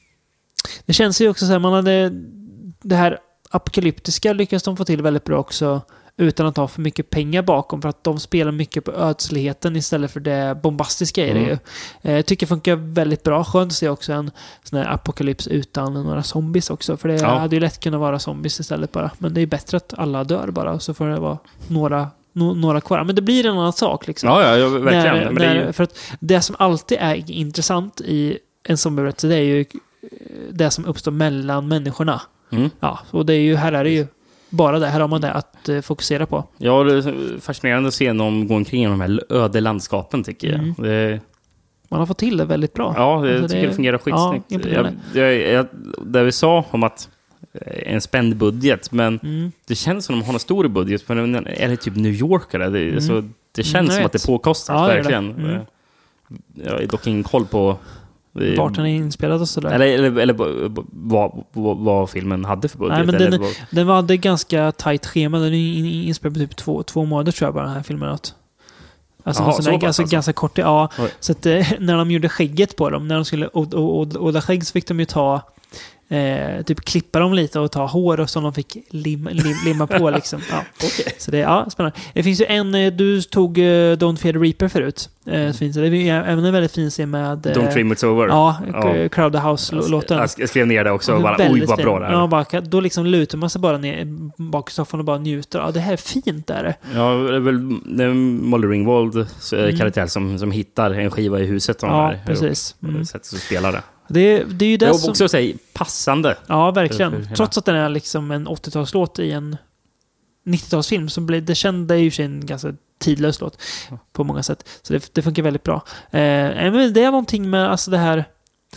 det känns ju också så här, man hade det här apokalyptiska lyckas de få till väldigt bra också utan att ha för mycket pengar bakom, för att de spelar mycket på ödsligheten istället för det bombastiska i det Mm. ju. Eh, Jag tycker det funkar väldigt bra. Skönt att se också en sån här apokalyps utan några zombies också, för det Ja. hade ju lätt kunnat vara zombies istället bara. Men det är bättre att alla dör bara, så får det vara några no, några kvar. Men det blir en annan sak liksom. Ja, ja, ja verkligen. När, men när, det, är ju... För att det som alltid är intressant i en zombieberättelse, det är ju det som uppstår mellan människorna. Mm. Ja, och det är ju, här är det ju bara det. Här har man det att uh, fokusera på. Ja, det är fascinerande att se någon gå omkring i de här öde landskapen, tycker jag. Mm. Det... Man har fått till det väldigt bra. Ja, jag alltså tycker det, det fungerar skitsnyggt. Ja, jag, jag, jag, det vi sa om att en spänd budget, men mm. det känns som att de har en stor budget, för eller typ New York eller det, mm. så det känns mm, som att det är påkostat, ja, verkligen. Det. Mm. Jag har dock ingen koll på vart den är inspelad och sådär. Eller, eller, eller vad, vad, vad filmen hade för budget. Nej, men eller den, vad... den hade ganska tajt schema. Den är inspelad på typ två, två månader tror jag bara, den här filmen. Att. Alltså, Aha, så så alltså, alltså ganska kort. Ja, Oj. Så att eh, när de gjorde skägget på dem, när de skulle odla skägg, så fick de ju ta eh, typ klippa dem lite och ta hår och så de fick lim, lim, limma på liksom. Ja. Okay. Så det är ja, spännande. Det finns ju en, du tog uh, Don't Fear the Reaper förut. Eh, så finns det. Det är även en väldigt fin scen med... Don't Dream It's Over. Ja, ja. Crowd the House-låten. Jag, jag skrev ner det också och bara, oj vad bra det är. Ja, bara, då liksom lutar man sig bara ner bak i soffan och bara njuter. Ja, det här är fint där. Ja, det är väl det är Molly Ringwald mm. karaktär som, som hittar en skiva i huset. Ja, här, precis. Och, och mm. sätter sig och spelar det. Det, det är ju det jag som... också säga passande. Ja, verkligen. För, för Trots att den är liksom en åttiotalslåt i en nittiotalsfilm, så blir det kända ju sig en ganska tidlös låt på många sätt. Så det, det funkar väldigt bra. Eh, men det är någonting med alltså det här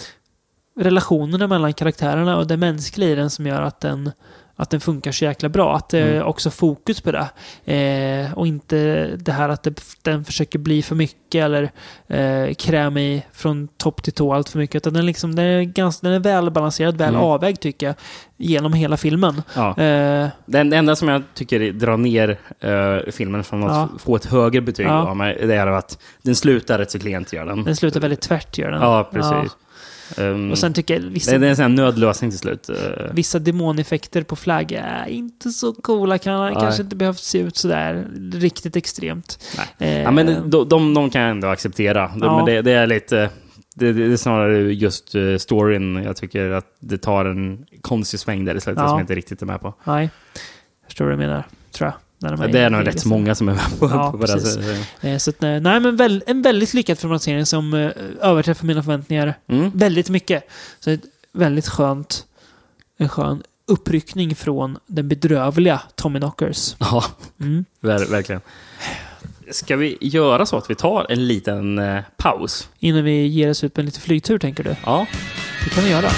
relationerna mellan karaktärerna och det mänskliga i den som gör att den att den funkar så jäkla bra. Att det mm. också fokus på det. Eh, och inte det här att det, den försöker bli för mycket eller eh, krämig från topp till tå allt för mycket. Utan den, liksom, den, är, ganska, den är välbalanserad, väl mm. avvägd tycker jag, genom hela filmen. Ja. Eh, den enda som jag tycker drar ner eh, filmen från att ja. få ett högre betyg ja. av mig, det är att den slutar rätt så klent, gör den. Den slutar väldigt tvärt, gör den. Ja, precis. Ja. Um, och sen tycker jag vissa, det är en sån här nödlösning till slut. Vissa demoneffekter på flagg är inte så coola, kan Nej. kanske inte behövt se ut så där riktigt extremt. Nej. Eh, ja, men de, de, de kan jag ändå acceptera. De, ja. men det, det är lite det, det är snarare just uh, storyn. Jag tycker att det tar en konstig sväng där i slutet ja. som jag inte riktigt är med på. Nej, förstår du vad jag menar, tror jag. De det är nog rätt så många som är med på, ja, på det. Så, så att, nej, men väl, en väldigt lyckad filmatisering som uh, överträffar mina förväntningar mm. väldigt mycket. Så ett väldigt skönt, en skön uppryckning från den bedrövliga Tommy Knockers. Ja, mm. ver- verkligen. Ska vi göra så att vi tar en liten uh, paus? Innan vi ger oss ut på en liten flygtur, tänker du? Ja. Det kan vi göra.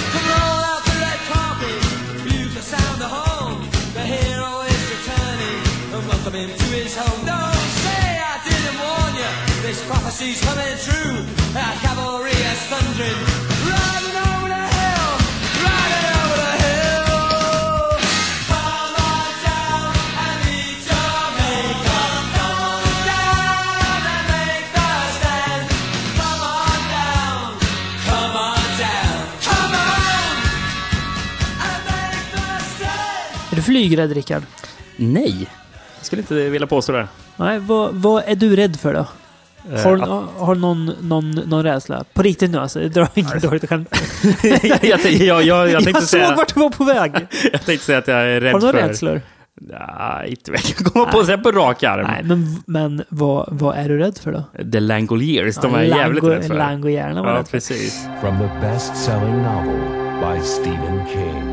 Prophecies coming true. Our cavalry is thundering, riding over the hill, riding over the hill. Come on down and meet Jamaica. Come on down and make the stand. Come on down, come on down, come on and make the stand. Är du flygrädd, Rickard? Nej, jag skulle inte vilja påstå det. Nej, vad, vad är du rädd för då? Har, uh, har någon, någon, någon rädsla? På riktigt nu alltså, det drar inget dåligt själv. jag, jag, jag, jag, jag, jag såg vart du var på väg. Jag tänkte säga att jag är rädd för... Har du några för... rädslor? Nej, inte jag kan komma på sig på rak arm. Nej, men, men vad, vad är du rädd för då? The Langoliers, de är ja, jävligt rädd för. Langolierna var ja, rädd precis. From the best-selling novel by Stephen King.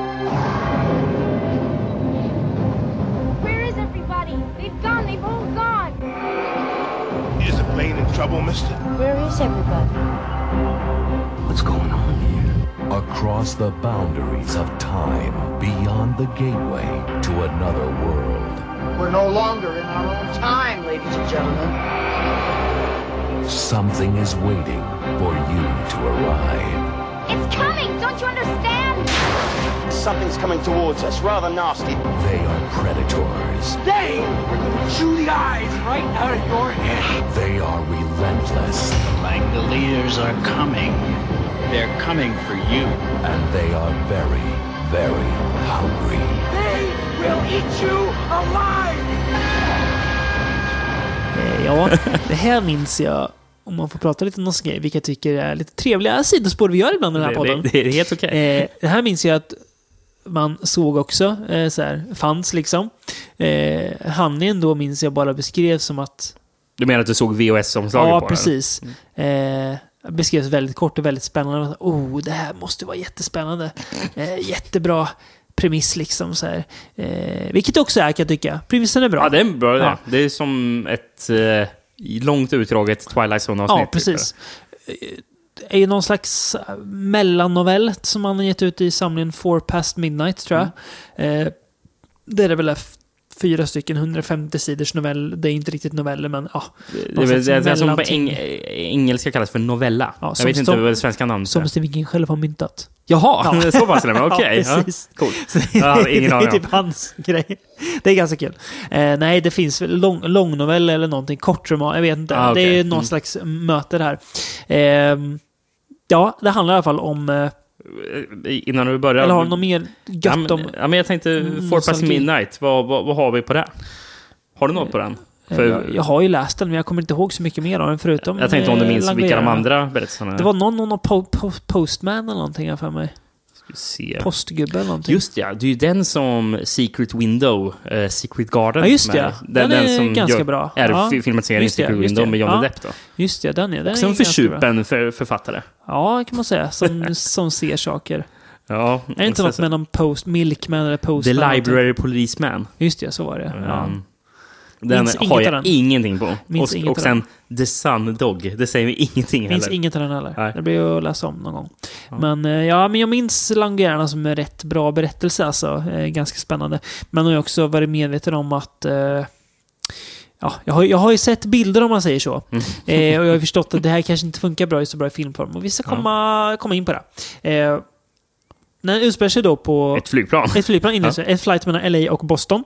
Where is everybody? They've gone, they've all gone. Is the plane in trouble, mister? Where is everybody? What's going on here? Across the boundaries of time, beyond the gateway to another world. We're no longer in our own time, ladies and gentlemen. Something is waiting for you to arrive. It's coming! Don't you understand? Something's coming towards us, rather nasty. They are predators. They are going to chew the eyes right out of your head. They are relentless. The Langoliers are coming. They're coming for you. And they are very, very hungry. They will eat you alive! Ja, det här minns jag, om man får prata lite om någon grej, vilka jag tycker är lite trevliga sidospår vi gör ibland i den här podden. Det, det, det är helt okej. Okay. Eh, det här minns jag att man såg också, eh, så här, fanns liksom. eh, handlingen då minns jag bara beskrevs som att... Du menar att du såg V H S-omslaget ja, på precis. Mm. Eh, beskrevs väldigt kort och väldigt spännande. Oh, det här måste vara jättespännande. Eh, jättebra premiss liksom så här. Eh, vilket också är, kan jag tycka. Premissen är bra. Ja, det är bra. Ja. Det. det är som ett eh, långt utdraget Twilight Zone-avsnitt. Ja, precis. Det är ju någon slags mellannovell som man har gett ut i samlingen Four Past Midnight, tror jag. Mm. Eh, det är det väl f- fyra stycken hundrafemtio sidors novell. Det är inte riktigt noveller, men ja. Det är väl det, det som på eng- engelska kallas för novella. Ja, jag vet inte vad det svenska namnet är. Som Stephen King själv har myntat. Jaha, ja. Så pass det, men okej. Ja, precis. Ja, cool. Så det, ja, ingen det är aning. typ hans grej. Det är ganska kul. Eh, nej, det finns väl lång, långnovell eller någonting, kortroman, jag vet inte. Ah, okay. Det är någon mm. slags möte där. Eh, ja, det handlar i alla fall om... Eh, innan vi börjar... Eller har du något mer gött ja, men, om... Ja, men jag tänkte, mm, Four Past Midnight, vad, vad, vad har vi på det? Har du något på den? För, jag, jag har ju läst den, men jag kommer inte ihåg så mycket mer av den förutom... Jag tänkte om du minns eh, vilka de andra berättelserna är. Det var någon, någon po, po, Postman eller någonting här för mig. Se. Postgubbe eller någonting. Just ja, det är ju den som Secret Window, uh, Secret Garden. Ja, just det. Den, den är den som ganska gör, bra. Är ja. filmatiseringen Secret Window med Johnny ja. Depp då. Just det, den är, den som är förtjupen för, författare. Ja, kan man säga. Som, som ser saker. Ja. Är det inte något med någon post, Milkman eller Postman? The Library Policeman. Just det, så var det. Ja. Um, Den minns har jag den. ingenting på. Minns och och sen The Sun Dog. Det säger mig ingenting minns heller. inget av den heller. Nej. Det blir ju att läsa om någon gång. Ja. Men, ja, men jag minns Langierna som en rätt bra berättelse. Alltså. Eh, ganska spännande. Men jag har också varit medveten om att... Eh, ja, jag, har, jag har ju sett bilder om man säger så. Mm. Eh, och jag har förstått att det här kanske inte funkar bra i så bra i filmform. Och vi ska komma, ja. komma in på det. Eh, när den utspelar sig då på... Ett flygplan. Ett flygplan. Ja. Ett flight mellan L A och Boston.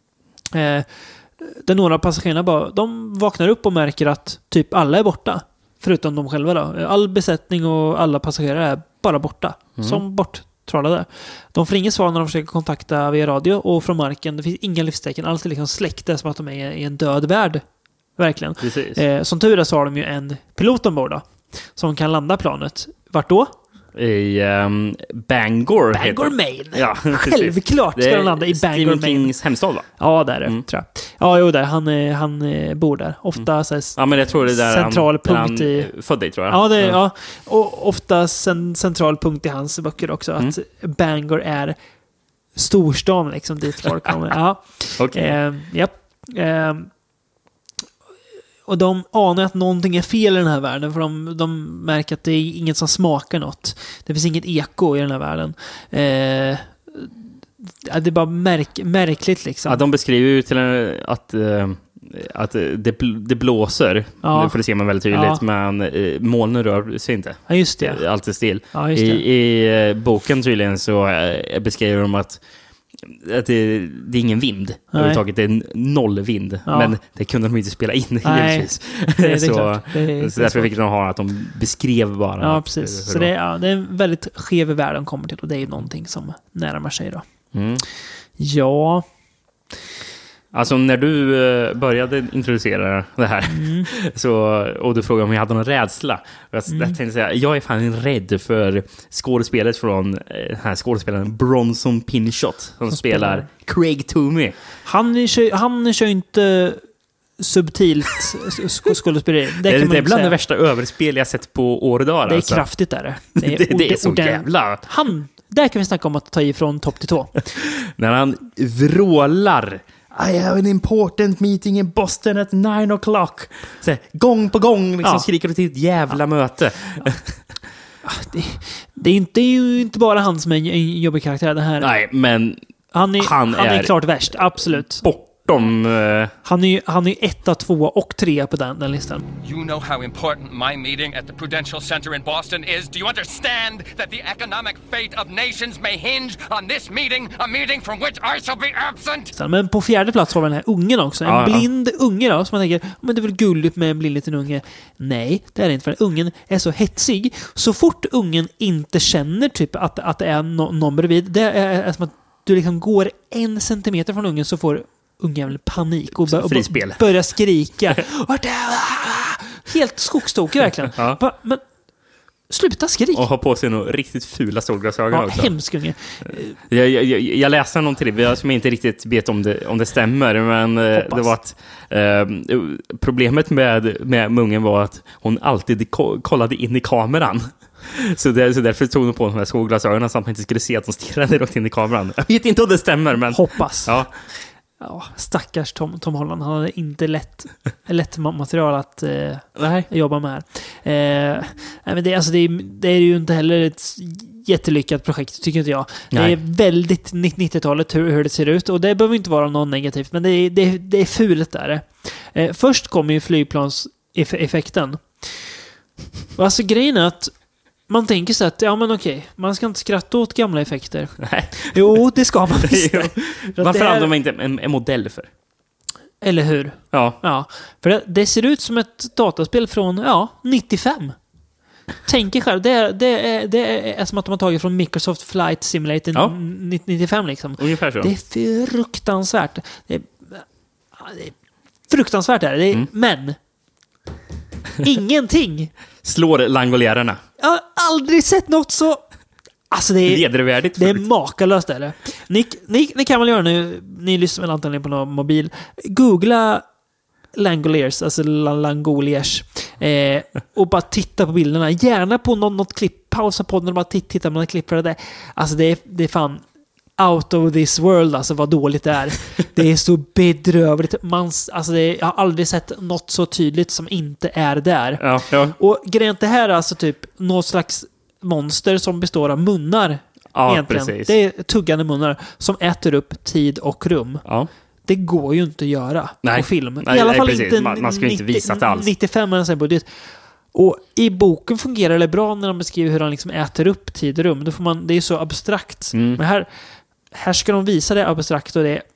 Eh, där några av passagerarna bara, de vaknar upp och märker att typ alla är borta. Förutom de själva då. All besättning och alla passagerare är bara borta. Mm. Som borttrollade. De får inget svar när de försöker kontakta via radio. Och från marken, det finns inga livstecken. Allt är liksom släckte som att de är i en död värld. Verkligen. Eh, som tur är så har de ju en pilot ombord då, som kan landa planet. Vart då? I um, Bangor. Bangor, Maine. Ja, självklart ska de landa i Bangor, Stephen Maine. Kings hemstad, va? Ja, där är det, mm. tror jag. Ja, jo, där. Han, han bor där. Ofta mm. så här, ja, men jag tror det är där central han, punkt där i... han födde i, tror jag. Ja, det, mm. ja. Och ofta en central punkt i hans böcker också. Mm. Att Bangor är storstan, liksom, dit folk kommer. Ja. Okej. Okay. Eh, japp. Eh, Och de anar att någonting är fel i den här världen. För de, de märker att det är inget som smakar något. Det finns inget eko i den här världen. Eh, det är bara märk, märkligt liksom. Ja, de beskriver ju till en, att, uh, att det, det blåser. Ja. För det ser man väldigt tydligt. Ja. Men uh, molnen rör sig inte. Ja, just det. Allt är still. Ja, just det. I, i uh, boken tydligen så uh, beskriver de att att det, det är ingen vind överhuvudtaget, det är noll vind, ja. Men det kunde de inte spela in. Nej, det, det är så, klart. Det är, så därför fick de ha att de beskrev bara. Ja, precis. Så det är, ja, det är en väldigt skev värld de kommer till, och det är ju någonting som närmar sig då. Mm. Ja. Alltså när du uh, började introducera det här mm. så, och du frågade om jag hade någon rädsla. Jag, mm. jag tänkte säga, jag är fan rädd för skådespelet från uh, den här skådespelaren Bronson Pinchot som, som spelar, spelar Craig Toomey. Han kör, han kör inte subtilt skådespeleri. Det, det, det är bland det värsta överspel jag sett på år och dagar. Det är alltså. kraftigt där. Det är, det, det är så jävla... Han, där kan vi snacka om att ta ifrån topp till tå. När han vrålar I have an important meeting in Boston at nine o'clock. Så, gång på gång liksom ja. Skriker du till ett jävla ja. möte. Ja. Det, det, är inte, det är ju inte bara han som är en jobbig karaktär. Det här. Nej, men han är, han han är, är klart värst, absolut. Bortom... Uh... Han är han är etta, tvåa och trea på den, den listan. You know how important my meeting at the Prudential Center in Boston is? Do you understand that the economic fate of nations may hinge on this meeting, a meeting from which I shall be absent? Men på fjärde plats har vi den här ungen också. En ja, blind ja. unge då, som man tänker, men det är väl gulligt med en blind liten unge. Nej, det är det inte, för ungen är så hetsig. Så fort ungen inte känner typ att, att det är no- någon bredvid, det är, är som att du liksom går en centimeter från ungen så får ungen panik och, bör, och b- börjar skrika. Helt skogstokig verkligen. Ja. Men Sluta skrik. Och har på sig några riktigt fula solglasögon Ja, också. hemsk unge. Jag, jag, jag, jag läste någon till som jag inte riktigt vet om det, om det stämmer, men Hoppas. det var att eh, problemet med, med mungen var att hon alltid ko- kollade in i kameran. Så, där, så därför tog hon på de här solglasögonen så att man inte skulle se att de stirrade rakt in i kameran. Jag vet inte om det stämmer, men... Hoppas. Ja. Ja, stackars Tom, Tom Holland. Han hade inte lätt, lätt material att eh, Nej. jobba med här. Eh, nej, men det, alltså, det, är, det är ju inte heller ett jättelyckat projekt, tycker inte jag. Nej. Det är väldigt nittiotalet hur, hur det ser ut. Och det behöver inte vara något negativt, men det är, det, det är fult där. Eh, först kommer ju flygplanseffekten. Och alltså grejen är att man tänker så att, ja men okej, man ska inte skratta åt gamla effekter. Nej. Jo, det ska man visst. Varför använder man inte en, en modell för? Eller hur? Ja. Ja. För det, det ser ut som ett dataspel från, ja, nittiofem. Tänk er själv, det är, det, är, det är som att de har tagit från Microsoft Flight Simulator ja. nittiofem liksom. Ungefär så. Det är fruktansvärt. Det är, det är fruktansvärt är det. det är, mm. Men ingenting slår langolärerna. Jag har aldrig sett något så... Alltså det är... Vedervärdigt. Det är makalöst är det. Ni, ni, ni kan väl göra nu... Ni lyssnar väl antagligen på någon mobil. Googla Langoliers, alltså Langoliers. Eh, och bara titta på bilderna. Gärna på någon, något klipp. Pausa podden och bara titta, titta på något klipp för det. Alltså det är, det är fan... out of this world, alltså vad dåligt det är. Det är så bedrövligt. Man, alltså det är, jag har aldrig sett något så tydligt som inte är där. Ja, ja. Och grejen det här är alltså typ något slags monster som består av munnar. Ja, egentligen. Precis. Det är tuggande munnar som äter upp tid och rum. Ja. Det går ju inte att göra nej. på film. Nej, I alla fall nej, inte man, man ska ju inte visa det alls. nittiofem är en budget. Och i boken fungerar det bra när de beskriver hur han liksom äter upp tid och rum. Då får man, det är så abstrakt. Mm. Men här Här ska de visa det abstrakt och det...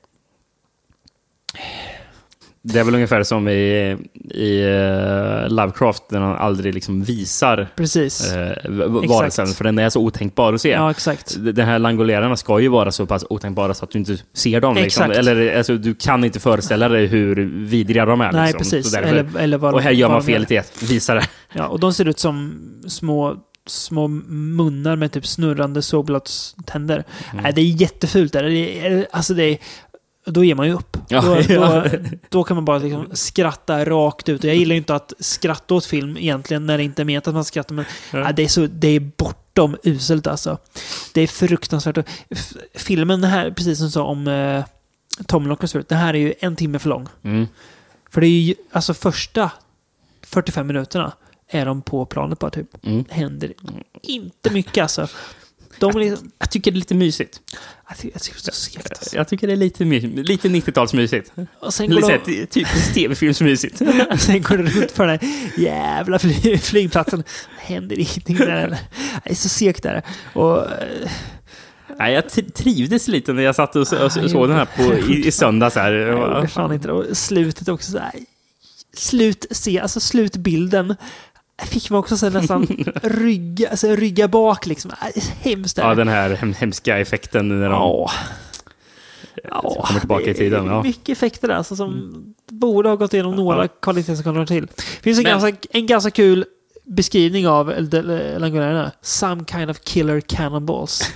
Det är väl ungefär som i, i uh, Lovecraft där han aldrig liksom visar Precis. Uh, varelsen, för den är så otänkbar att se. Ja, exakt. Den här langolärarna ska ju vara så pass otänkbara så att du inte ser dem. Liksom. Eller alltså, du kan inte föreställa dig hur vidriga de är. Nej, liksom. precis. Därför, eller, eller vad och här gör man fel felet i att visa det. Ja, och de ser ut som små... små munnar med typ snurrande sågbladständer. Mm. Nej, det är jättefult där. Det är, alltså det är, då ger man ju upp. Ja, då, ja. Då, då kan man bara liksom skratta rakt ut. Och jag gillar ju inte att skratta åt film egentligen när det inte är menat att man skrattar. Men ja. nej, det, är så, det är bortom uselt alltså. Det är fruktansvärt. F- filmen här, precis som du sa om eh, Tom Lockers förut, det här är ju en timme för lång. Mm. För det är ju alltså första fyrtiofem minuterna är de på planet bara typ. Mm. Det händer inte mycket alltså. De är liksom, jag tycker det är lite mysigt. Jag tycker, jag tycker det är så segt alltså. Jag tycker det är lite, my- lite nittiotalsmysigt. Och sen lite går de... typiskt tv-filmsmysigt. Sen går det runt för den här jävla fly- flygplatsen. Det händer ingenting där. Det är så segt där. Och... Nej, jag t- trivdes lite när jag satt och, och, och såg den här på, i, i söndags. Här. Jag gjorde fan inte det. Och slutet också så här... Slut, se, alltså slutbilden fick man också så nästan rygga, alltså rygga bak liksom. Hemskt där. Ja, den här hem, hemska effekten när de ja. Ja, kommer tillbaka i tiden. Ja. Mycket effekter där alltså, som mm. borde ha gått igenom några ja. kvalitetskontroller till. Det finns en, Men... ganska, en ganska kul beskrivning av langolärerna. Some kind of killer cannonballs.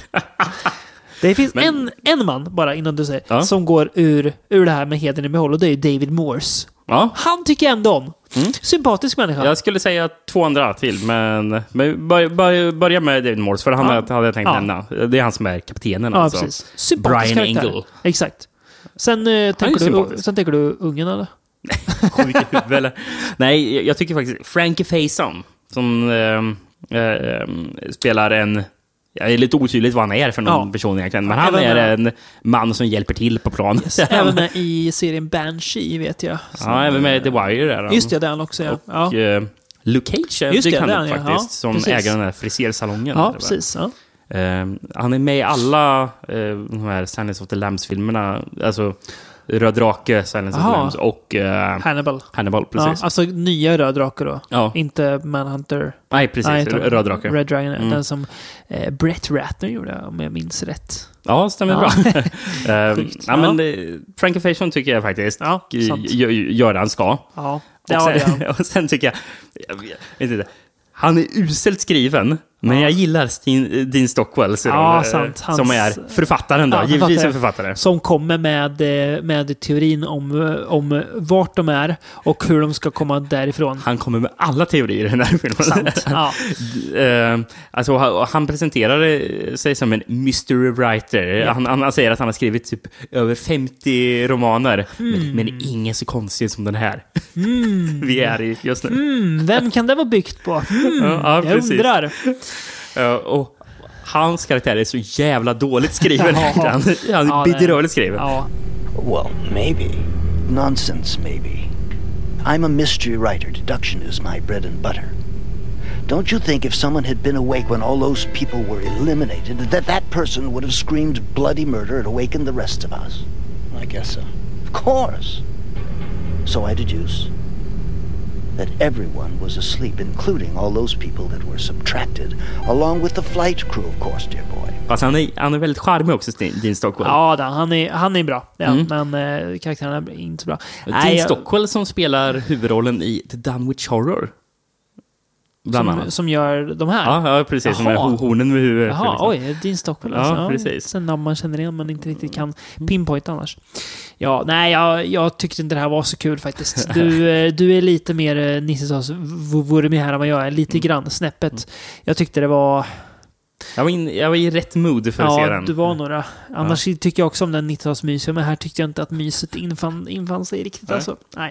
Det finns Men... en, en man, bara innan du säger, ja. som går ur, ur det här med heden i behåll, och det är David Morse. Ja. Han tycker ändå om. Mm. Sympatisk människa. Jag skulle säga två andra till, men, men börja, börja, börja med David Morse, för han ja. hade jag tänkt ja. nämna. Det är han som är kaptenen. Ja, alltså. precis. Sympatisk Brian karaktär. Engel. Exakt. Sen, eh, tänker du, sen tänker du ungen, eller? eller? Nej, jag tycker faktiskt Frankie Faison, som äh, äh, spelar en... Jag är lite otydligt vad han är för någon ja. person egentligen. Men han är en man som hjälper till på plan. Yes, även med i serien Banshee, vet jag. Så, ja, även med The Wire där. Just det, den också. Ja. Och ja. Uh, Luke Cage Just det, det, han den, faktiskt. Ja. Som precis. äger den här frisersalongen. Ja, precis. Ja. Uh, han är med i alla uh, de här Silence of the Lambs-filmerna. Alltså Röd Drake, Silence Aha. of the Lambs och uh, Hannibal. Hannibal, precis. Ja, alltså nya Röd Drake då. Ja. Inte Manhunter. Nej, precis. Nej, Röd Drake. Red Dragon. Mm. Den som eh, Brett Ratner gjorde, om jag minns rätt. Ja, stämmer ja. bra. uh, ja, men uh, Frankie Faison tycker jag faktiskt ja, gör det han ska. Ja, det och, sen, och sen tycker jag, jag vet inte, Han är uselt skriven, men ja. jag gillar Stin, Dean Stockwell så ja, de, sant. Hans, som är författaren då, ja, givetvis en författare. Som kommer med, med teorin om, om vart de är och hur de ska komma därifrån. Han kommer med alla teorier i den här filmen. Sant, ja. uh, alltså, han presenterar sig som en mystery writer. Ja. Han, han säger att han har skrivit typ över femtio romaner, mm. men, men ingen så konstig som den här. Mm. Vi är i just nu. Mm. Vem kan det vara byggt på? Mm. Ja, ja, jag undrar. Uh, och hans karaktär är så jävla dåligt skriven. ja. Han, han är ja, bedrövligt skriven. Ja. Well, maybe. Nonsense, maybe. I'm a mystery writer. Deduction is my bread and butter. Don't you think if someone had been awake when all those people were eliminated, that that person would have screamed bloody murder and awakened the rest of us? I guess so. Of course. So I deduce that everyone was asleep, including all those people that were subtracted, along with the flight crew, of course, dear boy. Alltså han är, han är väldigt charmig också, Dean Stockwell. Ja, då, han, är, han är bra. Ja, mm. Men eh, karaktären är inte så bra. Dean Nej, Stockwell jag... som spelar huvudrollen i The Dunwich Horror. Som, som gör de här? Ja, ja precis. Jaha. Som är hornen med huvudet. Jaha, liksom. Oj, Dean Stockwell. Ja, alltså. precis. Sen när man känner igen men inte riktigt kan pinpointa annars. Ja, nej, jag, jag tyckte inte det här var så kul faktiskt. Du, du är lite mer Nisses vore med här än vad jag är. Lite grann, snäppet. Jag tyckte det var... Jag var, in, jag var i rätt mood för att ja, se den. Ja, du var några. Annars ja. tycker jag också om den nittiotalsmys. Men här tyckte jag inte att myset infann, infann sig riktigt. Nej. Alltså. Nej.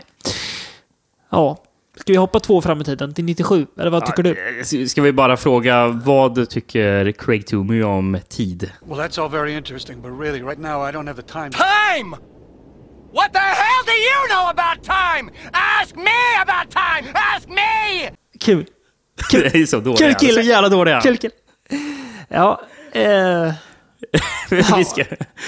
Ja. Ska vi hoppa två fram i tiden till nittiosju? Eller vad tycker du? Ska vi bara fråga vad tycker Craig Toomey om tid? Well, that's all very interesting, but really right now I don't have the time. Time! What the hell do you know about time? Ask me about time! Ask me! Kul. Kul. Det är så dåligt. Kul, kul. Så jävla dåligt. Kul, kul. Ja, eh... vi ska...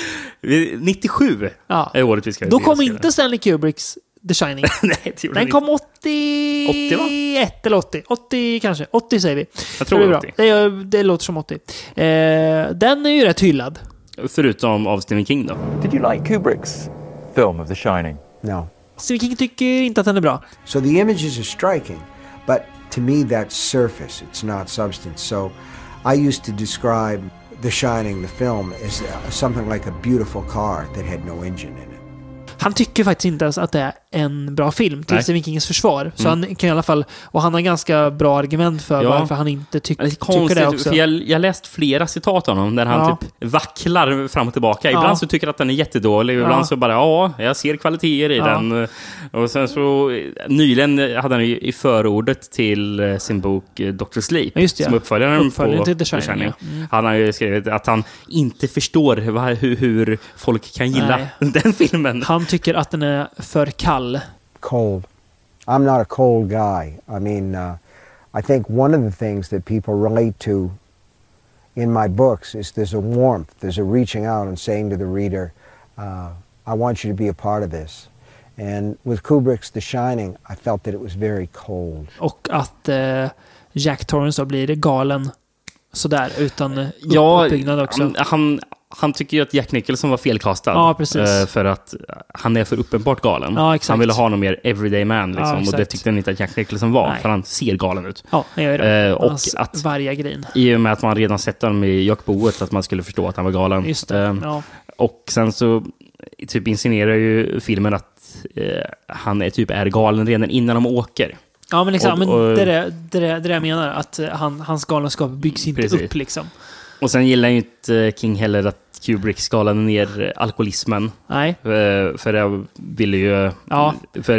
nittiosju ja. är året vi ska... Då kom inte Stanley Kubricks The Shining. Nej, den kom åttio... åttio, va? ett eller åttio. åttio kanske. åttio säger vi. Jag tror det, är åttio. Det, det låter som åttio. Eh, den är ju rätt hyllad. Förutom av Stephen King då. Did you like Kubricks film of The Shining? No. Stephen King tycker inte att den är bra. So the images are striking, but to me that's surface. It's not substance. So I used to describe The Shining, the film, as something like a beautiful car that had no engine in it. Han tycker faktiskt inte ens att det är en bra film till Stephen Kings försvar. Så mm. han kan i alla fall, och han har ganska bra argument för ja. varför han inte ty- det tycker det också. För jag, jag läst flera citat av honom där han ja. typ vacklar fram och tillbaka. Ibland ja. så tycker jag att den är jättedålig. Ibland ja. så bara, ja, jag ser kvaliteter i ja. den. Och sen så, nyligen hade han ju i förordet till sin bok Doctor Sleep. Just det, som uppföljaren på till The Shining. The Shining. Ja. Mm. Han har ju skrivit att han inte förstår hur, hur folk kan gilla Nej. den filmen. Han tycker att den är för kall. Cold. I'm not a cold guy. I mean, uh, I think one of the things that people relate to in my books is there's a warmth, there's a reaching out and saying to the reader, uh, I want you to be a part of this. And with Kubrick's The Shining, I felt that it was very cold. Och att uh, Jack Torrance då blir galen sådär utan upp- ja, uppbyggnad också. Han, han, han tycker ju att Jack Nicholson var felkastad. Ja, precis. För att han är för uppenbart galen. Ja, exakt. Han ville ha någon mer everyday man liksom, ja, och det tyckte han inte att Jack Nicholson var. Nej. För han ser galen ut. Ja, han gör det. Eh, och alltså, att varje grin. I och med att man redan sett honom i Jockboet att man skulle förstå att han var galen. Just det, eh, ja. Och sen så typ insinuerar ju filmen att eh, han är typ är galen redan innan de åker. Ja, men liksom, och, men och, det är det, det, är det jag menar, att han, hans galenskap byggs inte precis. upp liksom. Och sen gillar ju inte King heller att Kubrick skalade ner alkoholismen. Nej. För, för jag ville ju... Ja. För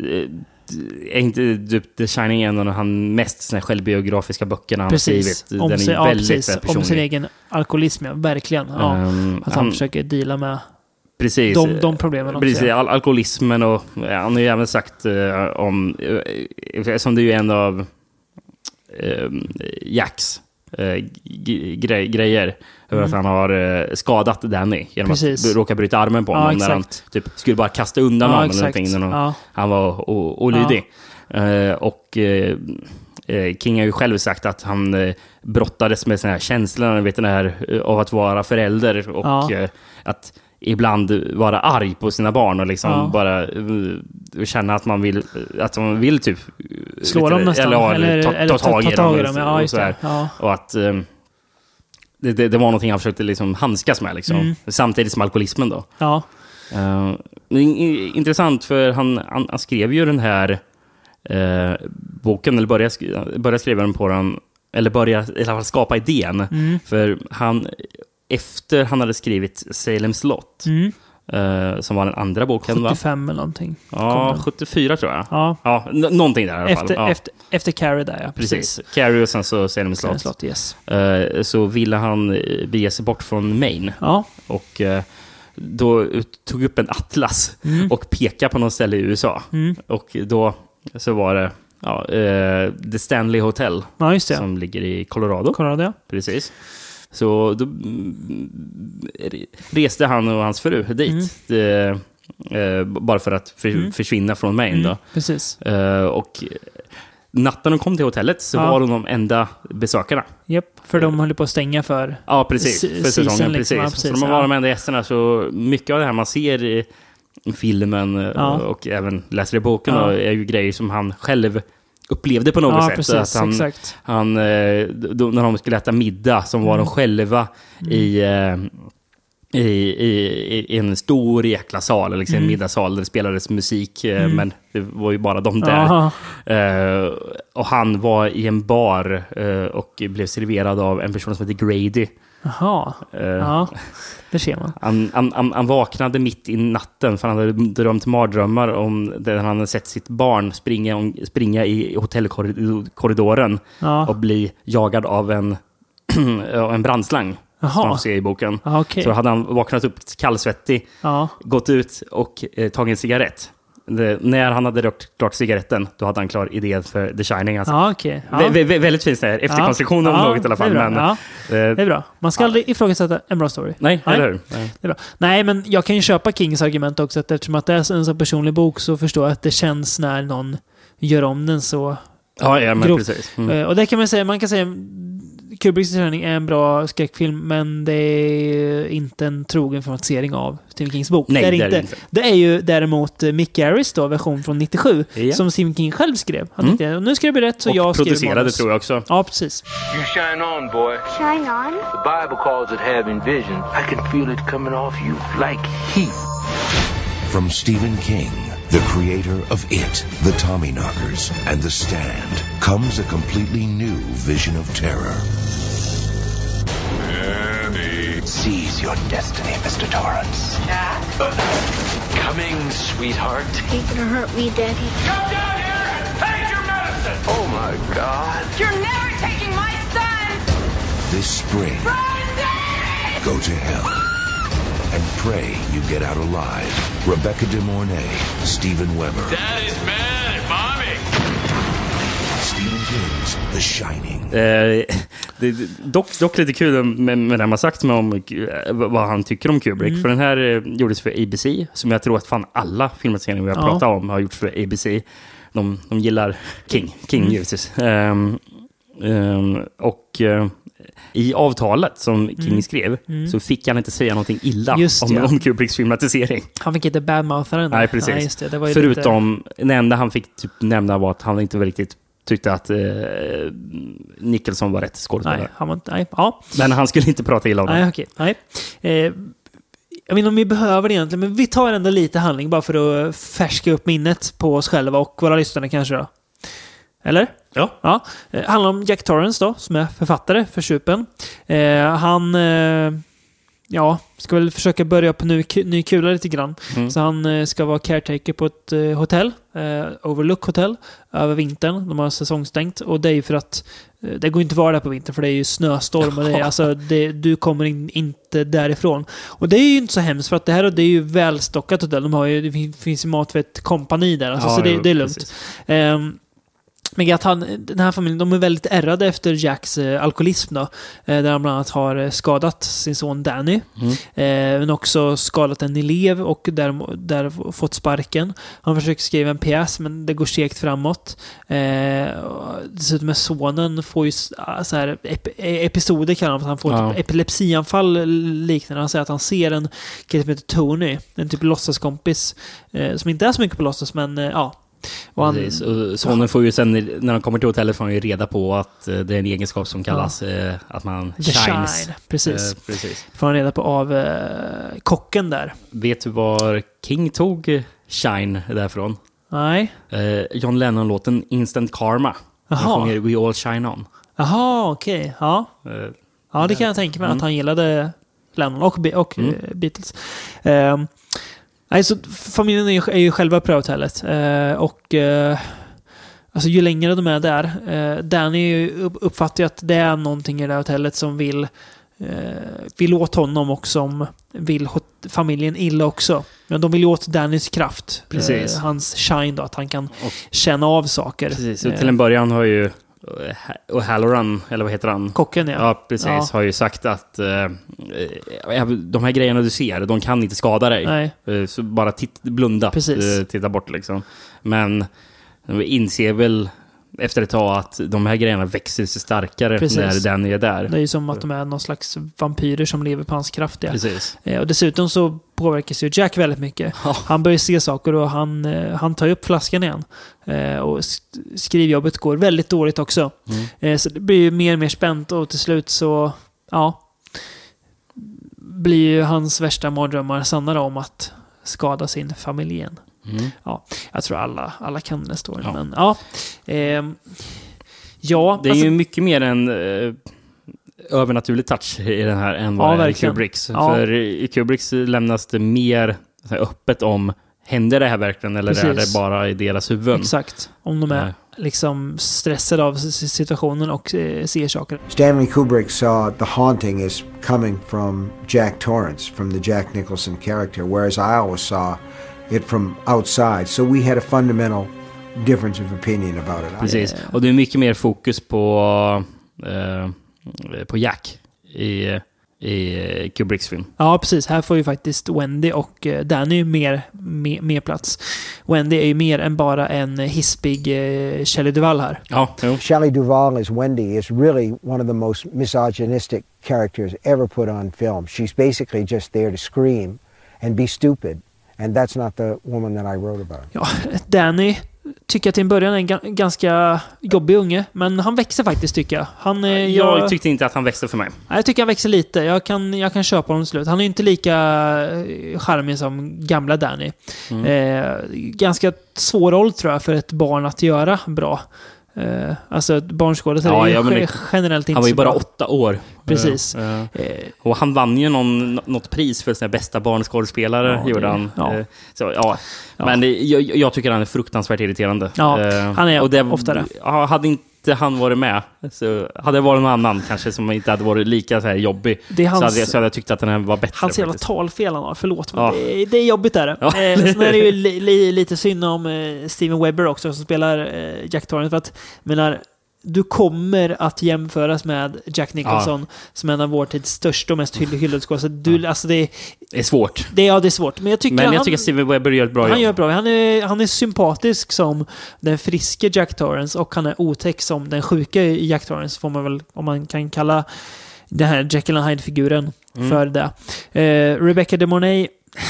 är inte The Shining en av han mest såna självbiografiska böckerna han precis. har skrivit. Om Den sig, är ja, väldigt precis. personlig. Om sin egen alkoholism, ja, verkligen. Ja. Um, att han, han försöker deala med precis, de, de problemen också. Precis, al- alkoholismen och ja, han har ju även sagt uh, om... Uh, som det är ju en av uh, Jacks uh, g- gre- grejer över mm. att han har uh, skadat Danny genom precis. att råka bryta armen på honom ja, när han typ skulle bara kasta undan ja, honom eller någonting när ja. han var o- olydig. Ja. Uh, och uh, King har ju själv sagt att han uh, brottades med såna här känslor vet den här, uh, av att vara förälder och ja. uh, att ibland vara arg på sina barn och liksom Ja. bara uh, känna att man vill att man vill typ Slå dem nästan. eller, ja, Eller- ta, eller ta tag ta- i ta tag i dem, dem, ja, och, just så här. det. Ja. Och att um, det, det, det var någonting han försökte liksom handskas med liksom. Mm. Samtidigt som alkoholismen då. Ja. Uh, det är intressant för han, han, han skrev ju den här uh, boken, eller började, sk- började skriva den på den, eller började i alla fall skapa idén. Mm. För han, efter han hade skrivit Salem slott, Mm. uh, som var den andra boken, sjuttiofem va? eller någonting. Ja, Kom den. sjuttiofyra tror jag. Ja. Ja, n- någonting där i alla Efter, fall. Ja. efter, efter Carrie där, ja. Precis. Precis. Carrie och sen så Salem slott. Salem slott, yes. Uh, så ville han uh, bege sig bort från Maine. Ja. Och uh, då ut, tog upp en atlas Mm. och pekade på någon ställe i U S A. Mm. Och då så var det ja, uh, The Stanley Hotel, Ja, just det. som ligger i Colorado. Colorado, ja. Precis. Så då mm, reste han och hans fru dit. Mm. Eh, eh, bara för att för, Mm. försvinna från Maine. Mm, Då. precis. Eh, och natten de kom till hotellet så Ja. var de de enda besökarna. Japp, för de håller på att stänga för Ja, precis. se- För säsongen, season, precis. liksom. Ja, Så precis, de var ja. de enda gästerna. Så mycket av det här man ser i filmen Ja. och, och även läser i boken Ja. då, är ju grejer som han själv upplevde på något Ja, sätt. precis, att han, exakt. han, eh, då, när de skulle äta middag som var Mm. de själva i, eh, i, i, i en stor jäkla sal, liksom en Mm. middagssal där det spelades musik, eh, Mm. men det var ju bara de där. Aha. Eh, och han var i en bar eh, och blev serverad av en person som heter Grady. Jaha, Eh, ja, det ser man. Han, han, han, han vaknade mitt i natten för han hade drömt mardrömmar om där han hade sett sitt barn springa, om, springa i hotellkorridoren Ja. och bli jagad av en, av en brandslang. Jaha. Som man får se i boken. Ja, okej. Så hade han vaknat upp kallsvettig, Ja. gått ut och eh, tagit en cigarett. Det, när han hade rökt klart cigaretten, då hade han klar idé för The Shining. Alltså. Ja, okej. Ja. Vä- vä- väldigt fint där. Efterkonstruktion av Ja, något i alla fall. det är bra. Men, Ja. eh, Det är bra. Man ska aldrig ifrågasätta en bra story. Nej, eller hur? Nej. Det är bra. Nej, men jag kan ju köpa Kings argument också. Att eftersom att det är en så personlig bok så förstår jag att det känns när någon gör om den så Ja, ja, men grovt. precis. Mm. Eh, Och det kan man säga, man kan säga Kubricks The Shining är en bra skräckfilm, men det är inte en trogen filmatisering av Stephen Kings bok. Nej, det, är det är inte. det inte. Det är ju däremot eh, Mick Garris då, version från nittiosju, Ja. som Stephen King själv skrev. Han Mm. tyckte, nu ska det bli rätt, så Och jag skrev producerade manus. tror jag också. Ja, precis. You shine on, boy. Shine on? The Bible calls it having vision. I can feel it coming off you like heat. From Stephen King, the creator of It, The Tommyknockers, and The Stand, comes a completely new vision of terror. Seize your destiny, Mister Torrance. Jack? Coming, sweetheart. Are you gonna hurt me, Daddy? Come down here and take your medicine. Oh my God. You're never taking my son! This spring, go to hell and pray you get out alive. Rebecca De Mornay, Stephen Weber. Daddy's mad at mommy. Stephen King's The Shining. Eh, det är dock, dock lite kul med, med det man sagt med om eh, vad han tycker om Kubrick. Mm. För den här eh, gjordes för A B C, som jag tror att fan alla filmatiseringar vi har Ja. pratat om har gjorts för A B C. De, de gillar King, King Mm. givetvis. Ehm, ehm, och eh, i avtalet som King Mm. skrev Mm. så fick han inte säga någonting illa Just om, ja. om Kubricks filmatisering. Han fick inte badmoutha den. Nej, precis. Nej, just det. Det var ju Förutom, det enda han fick typ nämna var att han inte var riktigt tyckte att eh, Nicholson var rätt skådespelare. Nej, han var inte... Nej, ja. Men han skulle inte prata illa om Nej, det. okej. Nej. Eh, jag vet inte om vi behöver det egentligen, men vi tar ändå lite handling bara för att färska upp minnet på oss själva och våra lyssnare kanske då. Eller? Ja. Ja. Eh, handlar om Jack Torrance då, som är författare för Supen. Eh, han... Eh, ja, ska väl försöka börja på ny, ny kula lite grann. Mm. Så han eh, ska vara caretaker på ett eh, hotell, eh, Overlook Hotel, över vintern. De har säsongstängt. Och det är ju för att eh, det går inte att vara där på vintern, för det är ju snöstorm. Och det är, alltså, det, du kommer in, inte därifrån. Och det är ju inte så hemskt, för att det här det är ju välstockat hotell. De har ju, det finns ju mat för ett kompani där. Alltså, Ja, så det, jo, det är lugnt. precis. Ehm, Men att han, den här familjen, de är väldigt ärrade efter Jacks eh, alkoholism då, eh, där han bland annat har eh, skadat sin son Danny, mm. eh, men också skadat en elev och där, där fått sparken. Han försöker skriva en pjäs, men det går segt framåt. Eh, dessutom med sonen får ju så här ep- episoder kallar han, att han får ja. ett epilepsianfall liknande. Han säger att han ser en kille som heter Tony, en typ låtsaskompis eh, som inte är så mycket på låtsas, men eh, ja. Och han, precis. Och sonen får ju sen, när han kommer till hotellet, får han ju reda på att det är en egenskap som kallas ja. eh, att man The shines. Shine, precis. Eh, precis. Får han reda på av eh, kocken där. Vet du var King tog Shine därifrån? Nej. Eh, John Lennon-låten Instant Karma. Han sjunger We All Shine On. Jaha, okej. Okay. Ja. Eh, ja, det kan jag tänka mig mm. att han gillade Lennon och, och mm. Beatles. Eh, Alltså, familjen är ju, är ju själva på hotellet eh, och eh, alltså, ju längre de är där eh, Danny uppfattar ju att det är någonting i det hotellet som vill eh, vill åt honom och som vill familjen illa också. Men de vill ju åt Dannys kraft. Precis. Eh, hans shine då, att han kan och, känna av saker. Precis, så till en början har ju och Halloran, eller vad heter han? Kocken, ja. Ja, precis. Ja. Har ju sagt att eh, de här grejerna du ser, de kan inte skada dig. Nej. Eh, så bara titt, blunda, eh, titta bort liksom. Men vi inser väl efter ett tag att de här grejerna växer sig starkare precis. När den är där. Det är ju som att de är någon slags vampyrer som lever på hans kraft. Ja. Precis. Eh, och dessutom så påverkas ju Jack väldigt mycket. Ja. Han börjar se saker och han, eh, han tar upp flaskan igen. Eh, och sk- skrivjobbet går väldigt dåligt också. Mm. Eh, så det blir ju mer och mer spänt och till slut så ja, blir ju hans värsta mardrömmar sanna om att skada sin familj igen. Mm. Ja, jag tror alla, alla kan den storyn. Ja. Men ja, eh, ja det är alltså, ju mycket mer en eh, övernaturlig touch i den här än vad ja, i Kubricks. Ja. För i Kubricks lämnas det mer här, öppet om händer det här verkligen eller precis. Är det bara i deras huvuden? Exakt, om de är ja. liksom stressade av situationen och eh, ser saker. Stanley Kubrick saw the haunting as coming from Jack Torrance, from the Jack Nicholson character, whereas I always saw it from outside. So we had a fundamental difference of opinion about it. Precis. Och det är mycket mer fokus på eh, på Jack i i Kubricks film. Ja, precis. Här får ju faktiskt Wendy och Danny mer, mer, mer plats. Wendy är ju mer än bara en hispig uh, Shelley Duvall här. Ja, jo. Shelley Duvall as Wendy is really one of the most misogynistic characters ever put on film. She's basically just there to scream and be stupid. And that's not the woman that I wrote about. Ja, Danny tycker jag till en början är en g- ganska jobbig unge, men han växer faktiskt tycker jag. Han, jag, jag tyckte inte att han växte för mig. Jag tycker han växer lite. Jag kan, jag kan köpa honom slut. Han är inte lika charmig som gamla Danny. Mm. Eh, ganska svår roll tror jag för ett barn att göra bra. Uh, alltså barnskådespelare ja, är ja, generellt inte han var ju så bara bra. åtta år. Precis. Uh, uh. Och han vann ju någon, något pris för sin bästa barnskådespelare ja, gjorde han. Ja. Uh, så, ja. Ja. Men det, jag, jag tycker han är fruktansvärt irriterande. Ja, uh, han är och det, oftare. Hade inte han varit med så hade det varit någon annan kanske som inte hade varit lika så här jobbig det hans, så, hade jag, så hade jag tyckt att den här var bättre. Hans jävla talfel han har, förlåt men ja. det, det är jobbigt där. Ja. Eh, sen är det ju li, li, lite synd om eh, Steven Webber också som spelar eh, Jack Torrance för att menar du kommer att jämföras med Jack Nicholson ja. som en av vår tids största och mest hyllade skådespelare. Du, ja. alltså det, det är svårt. Det, ja, det är svårt. Men jag tycker, Men jag han, tycker Steven Webber gör ett bra han jobb. Gör bra. Han, är, han är sympatisk som den friske Jack Torrance och han är otäck som den sjuka Jack Torrance får man väl, om man kan kalla den här Jekyll and Hyde-figuren mm. för det. Uh, Rebecca de Mornay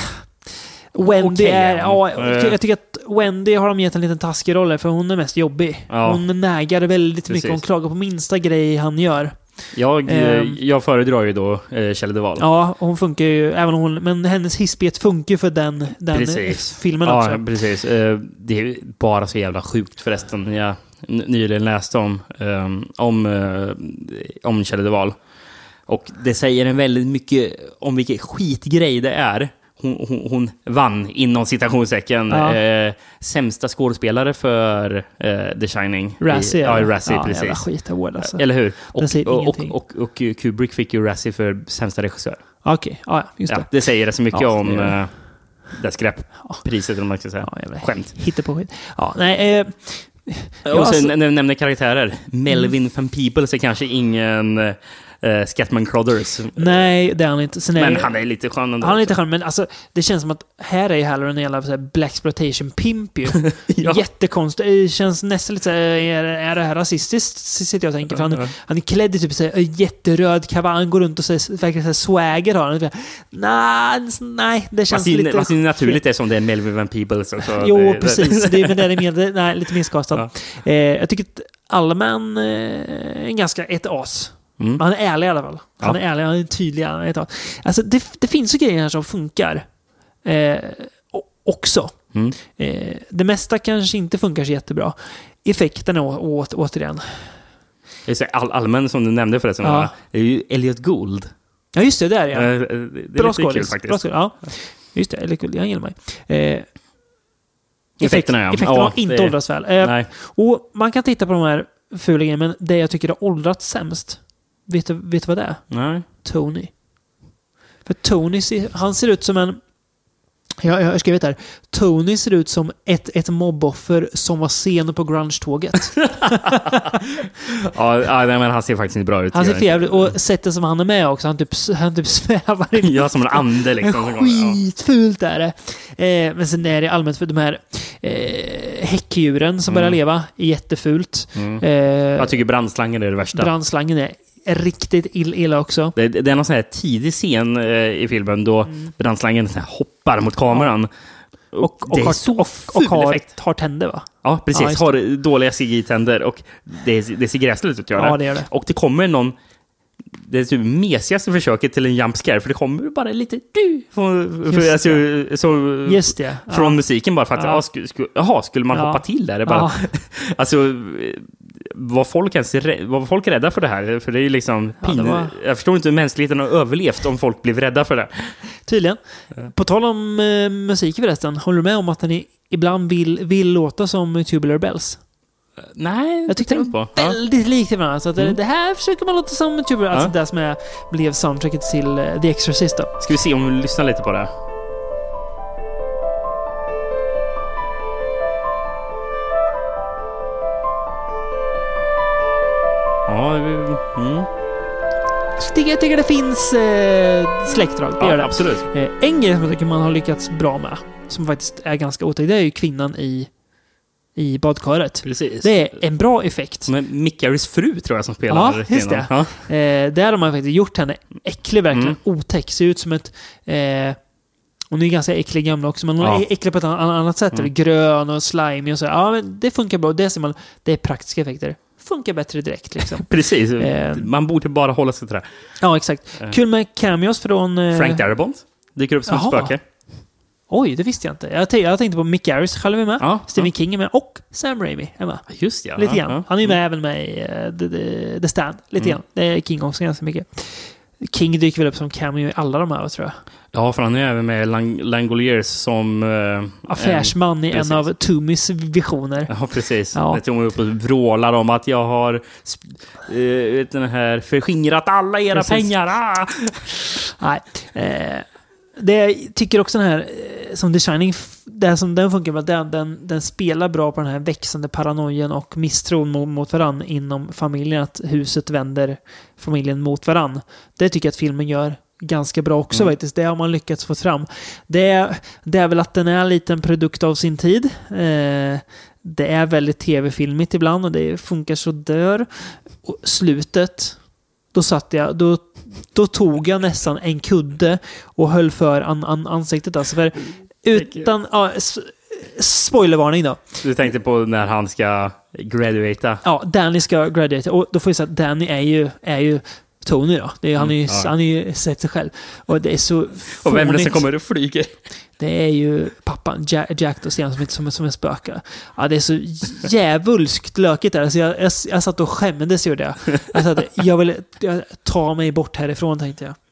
Wendy okay, är... Ja, jag tycker att Wendy har de gett en liten taskig roll för hon är mest jobbig. Ja. Hon nägar väldigt Precis. mycket. Hon klagar på minsta grej han gör. Jag, um, jag föredrar ju då eh, Shelley Duvall. Ja, hon funkar ju även hon, men hennes hispighet funkar för den, den filmen ja, också. Ja, precis. Eh, det är bara så jävla sjukt förresten. Jag n- nyligen läste om um, om, uh, om Shelley Duvall. Och det säger en väldigt mycket om vilken skitgrej det är. Hon, hon, hon vann inom citationstecken ja. eh, sämsta skådespelare för eh, The Shining. Razzie. Ja, Razzie, ja, precis. Jävla skit award, alltså. Eller hur? Och, och, och, och, och Kubrick fick ju Razzie för sämsta regissör. Okej, okay. ja, just det. Ja, det säger det så mycket ja, om det, eh, det skräppriset, om man ska säga. Ja, Skämt. Hittar på skit. Ja, nej, eh, Ja, och sen när du nämner karaktärer. Melvin van Peebles är kanske ingen uh, Scatman Crothers. Nej, det är han inte. Sen men är, han är lite skön ändå. Han är lite skön, men alltså, det känns som att här är Halloran en jävla så här blaxploitation pimp ju. Ja. Jättekonstigt. Det känns nästan lite så här, är, är det här rasistiskt? Sitter jag och tänker. För han, han är klädd i typ så här, jätteröd kavaj. Han går runt och så här, verkligen så här swagger har han. Nej, nej, det känns man lite... Man ser naturligt det som det är Melvin van Peebles. Också. Jo, det, precis. Det är men det är mer, nej, lite misskastad. Ja. Eh, jag tycker att Allman eh, är ganska ett as. Mm. Han är ärlig i alla fall. Han ja. är ärlig, han är tydlig. Han är alltså, det, det finns ju grejer här som funkar. Eh, också. Mm. Eh, det mesta kanske inte funkar så jättebra. Effekterna å, å, återigen. All, allmän som du nämnde förresten. Ja. Det är ju Elliot Gould. Ja, just det. Där ja. Eh, det är bra skådis. Bra skådis. Ja. Just det, Elliot Gould. Jag gillar mig. Eh, effekterna, ja. Effekterna ja, har inte det... åldrats väl. Eh, Nej. Och man kan titta på de här fula grejerna, men det jag tycker har åldrats sämst. Vet du, vet du vad det är? Nej. Tony. För Tony, han ser ut som en... Jag, jag har skrivit här. Tony ser ut som ett, ett mobboffer som var sen på grunge-tåget. ja, ja, men han ser faktiskt inte bra ut. Han ser jävligt. Och sättet som han är med också. Han typ, han typ svävar in. Ja, som en ande liksom. Skitfult är det. Eh, men sen är det allmänt för de här eh, häckdjuren som mm. börjar leva. Är jättefult. Mm. Eh, jag tycker brandslangen är det värsta. Brandslangen är riktigt illa också. Det, det är någon sån här tidig scen eh, i filmen då mm. brandslangen så här hoppar mot kameran. Ja. Och, och, och, har, och, och har, har tänder, va? Ja, precis. Ja, har dåliga C G I-tänder och det, det ser gräsligt ut att göra. Ja, det gör det. Och det kommer någon... Det är typ mesigaste försöket till en jumpscare, för det kommer bara lite du för, för, alltså, så, Just det. från ja. musiken bara för att ja. ja, sku, sku, aha, skulle man ja. hoppa till där? Det bara, ja. alltså, var folk, ens, var folk rädda för det här? För det är ju liksom pin, ja, var... Jag förstår inte hur mänskligheten har överlevt om folk blev rädda för det. Tydligen. På tal om eh, musik förresten, håller du med om att den ibland vill, vill låta som Tubular Bells? Nej, jag tyckte det var väldigt likt varandra. Så att mm. det här försöker man låta som Tubular, alltså ja. det som är, blev soundtracket till uh, The Exorcist då. Ska vi se om vi lyssnar lite på det. Ja, mm. Jag tycker, jag tycker det finns eh, släktdrag. Det ja, gör det. Absolut. Eh, en grej som jag tycker man har lyckats bra med, som faktiskt är ganska otäckt, det är ju kvinnan i i badkaret. Precis. Det är en bra effekt. Men Mickarys fru tror jag som spelar. Ja, just det. Ja. Eh, där har man faktiskt gjort henne äcklig, verkligen mm. otäck. Ser ut som ett... Eh, hon är ganska äcklig gamla också, men hon ja. är äcklig på ett annat sätt. Mm. Grön och slimy och så. Ja, men det funkar bra. Det, ser man, det är praktiska effekter. Funkar bättre direkt liksom. Precis. Eh, man borde bara hålla sig till det. Ja, exakt. Eh. Kul med cameos från... Eh, Frank Darabont dyker upp som ett spöke. Oj, det visste jag inte. Jag, t- jag tänkte på Mick Garris själv är med. Ja, Stephen ja. King är med. Och Sam Raimi är med. Just ja. Lite grann. Ja, ja. Han är ju med mm. även med i uh, The, The, The Stand. Lite mm. grann. Det är King också ganska mycket. King dyker väl upp som cameo i alla de här, tror jag. Ja, för han är även med Lang- Langoliers som... Uh, affärsman en, i precis. en av Toomies visioner. Ja, precis. Ja. När Toomey upp och vrålar om att jag har uh, den här förskingrat alla era precis. pengar. Ah! Nej. Eh, det jag tycker också den här som The Shining, det som den funkar med, den, den, den spelar bra på den här växande paranoian och misstron mot, mot varann inom familjen, att huset vänder familjen mot varann. Det tycker jag att filmen gör ganska bra också mm. faktiskt. Det har man lyckats få fram. Det är, det är väl att den är lite en produkt av sin tid. Eh, det är väldigt tv-filmigt ibland och det funkar så dör. Och slutet, då satt jag, då Då tog jag nästan en kudde och höll för an, an, ansiktet. Alltså för utan... Ja, spoilervarning då. Du tänkte på när han ska graduata? Ja, Danny ska graduata. Och då får jag säga att Danny är ju, är ju Tony då. Det är, han, är ju, mm, ja. han är ju sett sig själv. Och det är så... Och vem är det som kommer och flyger? Det är ju pappan, Jack, Jack då, som, som, som en spöka. Ja, det är så jävulskt lökigt där. Alltså jag, jag, jag satt och skämdes, gjorde jag. Jag, satt, jag ville jag, ta mig bort härifrån, tänkte jag.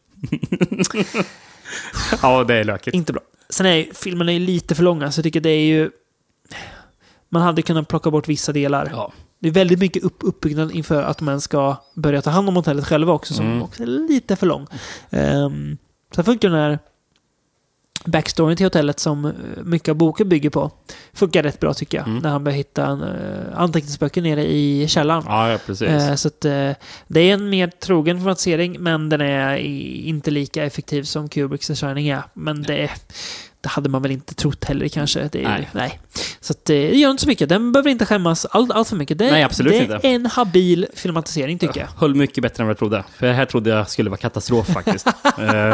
Ja, det är lökigt. Inte bra. Sen är ju, filmen är ju lite för långa, så jag tycker det är ju... Man hade kunnat plocka bort vissa delar. Ja. Det är väldigt mycket upp, uppbyggnad inför att man ska börja ta hand om hotellet själva också, som mm. också är lite för lång. Um, så funkar den här backstoryn till hotellet som mycket av boken bygger på funkar rätt bra tycker jag. Mm. När han börjar hitta en, uh, anteckningsböcker nere i källaren. Ja, ja precis. Uh, så att, uh, det är en mer trogen formatisering, men den är i, inte lika effektiv som Kubricks The Shining är. Men det är... Det hade man väl inte trott heller kanske. Det är, nej. nej. Så att, det gör inte så mycket. Den behöver inte skämmas allt, allt för mycket. Det, nej, absolut det är inte. en habil filmatisering tycker jag. Höll mycket bättre än vad jag trodde. För det här trodde jag skulle vara katastrof faktiskt. uh.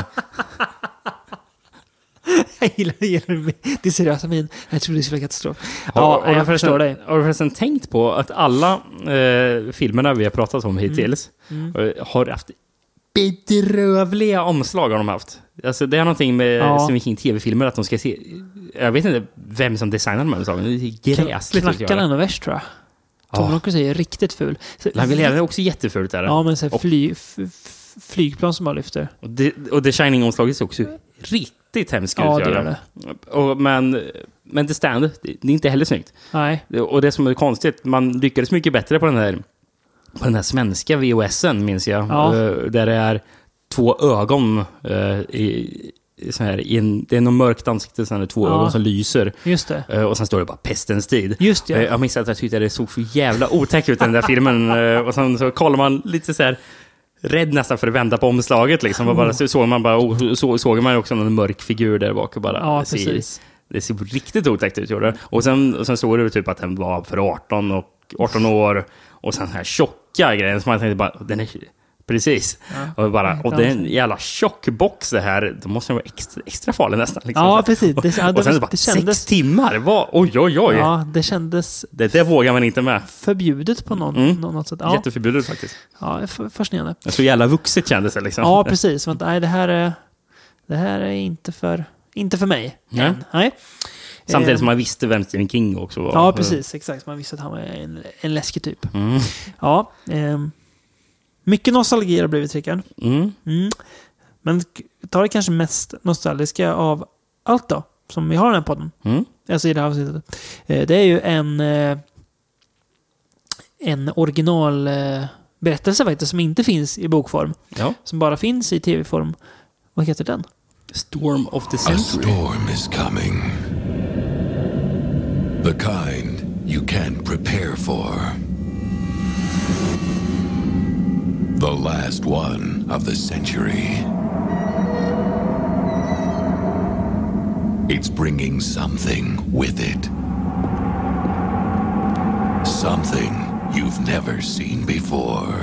Jag gillar, gillar det seriösa min. Jag trodde det skulle vara katastrof. Ja, ja, jag förstår dig. Har du förresten tänkt på att alla uh, filmerna vi har pratat om hittills mm. Mm. har haft bedrövliga omslag har de haft. Alltså det är någonting med ja. Stephen King tv-filmer att de ska se... Jag vet inte vem som designar de här omslagen. Det är gräsligt. Knackarna är nog värst tror jag. Tom Rocker säger riktigt ful. Lavalier är också jättefult där. Ja, men så och, fly, f, f, flygplan som bara lyfter. Och, det, och The Shining-omslaget är också riktigt hemskt. Ja, det gör det. Och, men, men The Stand, det, det är inte heller snyggt. Nej. Och det som är konstigt, man lyckades mycket bättre på den här på den här svenska V H S:en minns jag. Ja. Där det är två ögon uh, i, så här, i en, det är något mörkt ansikte, sen är det två ja. ögon som lyser. Just det. Uh, och sen står det bara pestens tid. Just det. Uh, jag minns att jag tyckte att det såg så jävla otäckt ut den där filmen. Uh, och sen så kollar man lite så här rädd nästan för att vända på omslaget liksom. Och bara, så såg man bara oh, så, såg man också en mörk figur där bak och bara ja, ser, precis. Det ser riktigt otäckt ut, gjorde det. Och sen, och sen såg det typ att den var för arton och arton år och sen här tjocka grejer som man tänkte bara, den är precis. Ja. Och bara, och det är en jävla tjock box det här, då måste den vara extra, extra farlig nästan. Liksom. Ja, precis. Det, och, och sen det, bara, det kändes... sex timmar, vad? Oj, oj, oj. Ja, det kändes... Det, det vågar man inte med. Förbjudet på någon, mm. något sätt. Ja. Jätteförbjudet faktiskt. Ja, fascinerande. Så jävla vuxet kändes det liksom. Ja, precis. Men, nej, det här är, det här är inte för, inte för mig. Nej. nej. Samtidigt eh, som man visste vem Stephen King också var. Ja, precis. Exakt. Man visste att han var en, en läskig typ. Mm. Ja, eh, mycket nostalgi har blivit, Rickard. Mm. Mm. Men ta det kanske mest nostalgiska av allt då, som vi har i den här podden. Mm. Alltså i det här avsnittet. Eh, det är ju en eh, en original eh, berättelse faktiskt, som inte finns i bokform. Ja. Som bara finns i tv-form. Vad heter den? Storm of the Century. A storm is coming. The kind you can't prepare for. The last one of the century. It's bringing something with it. Something you've never seen before.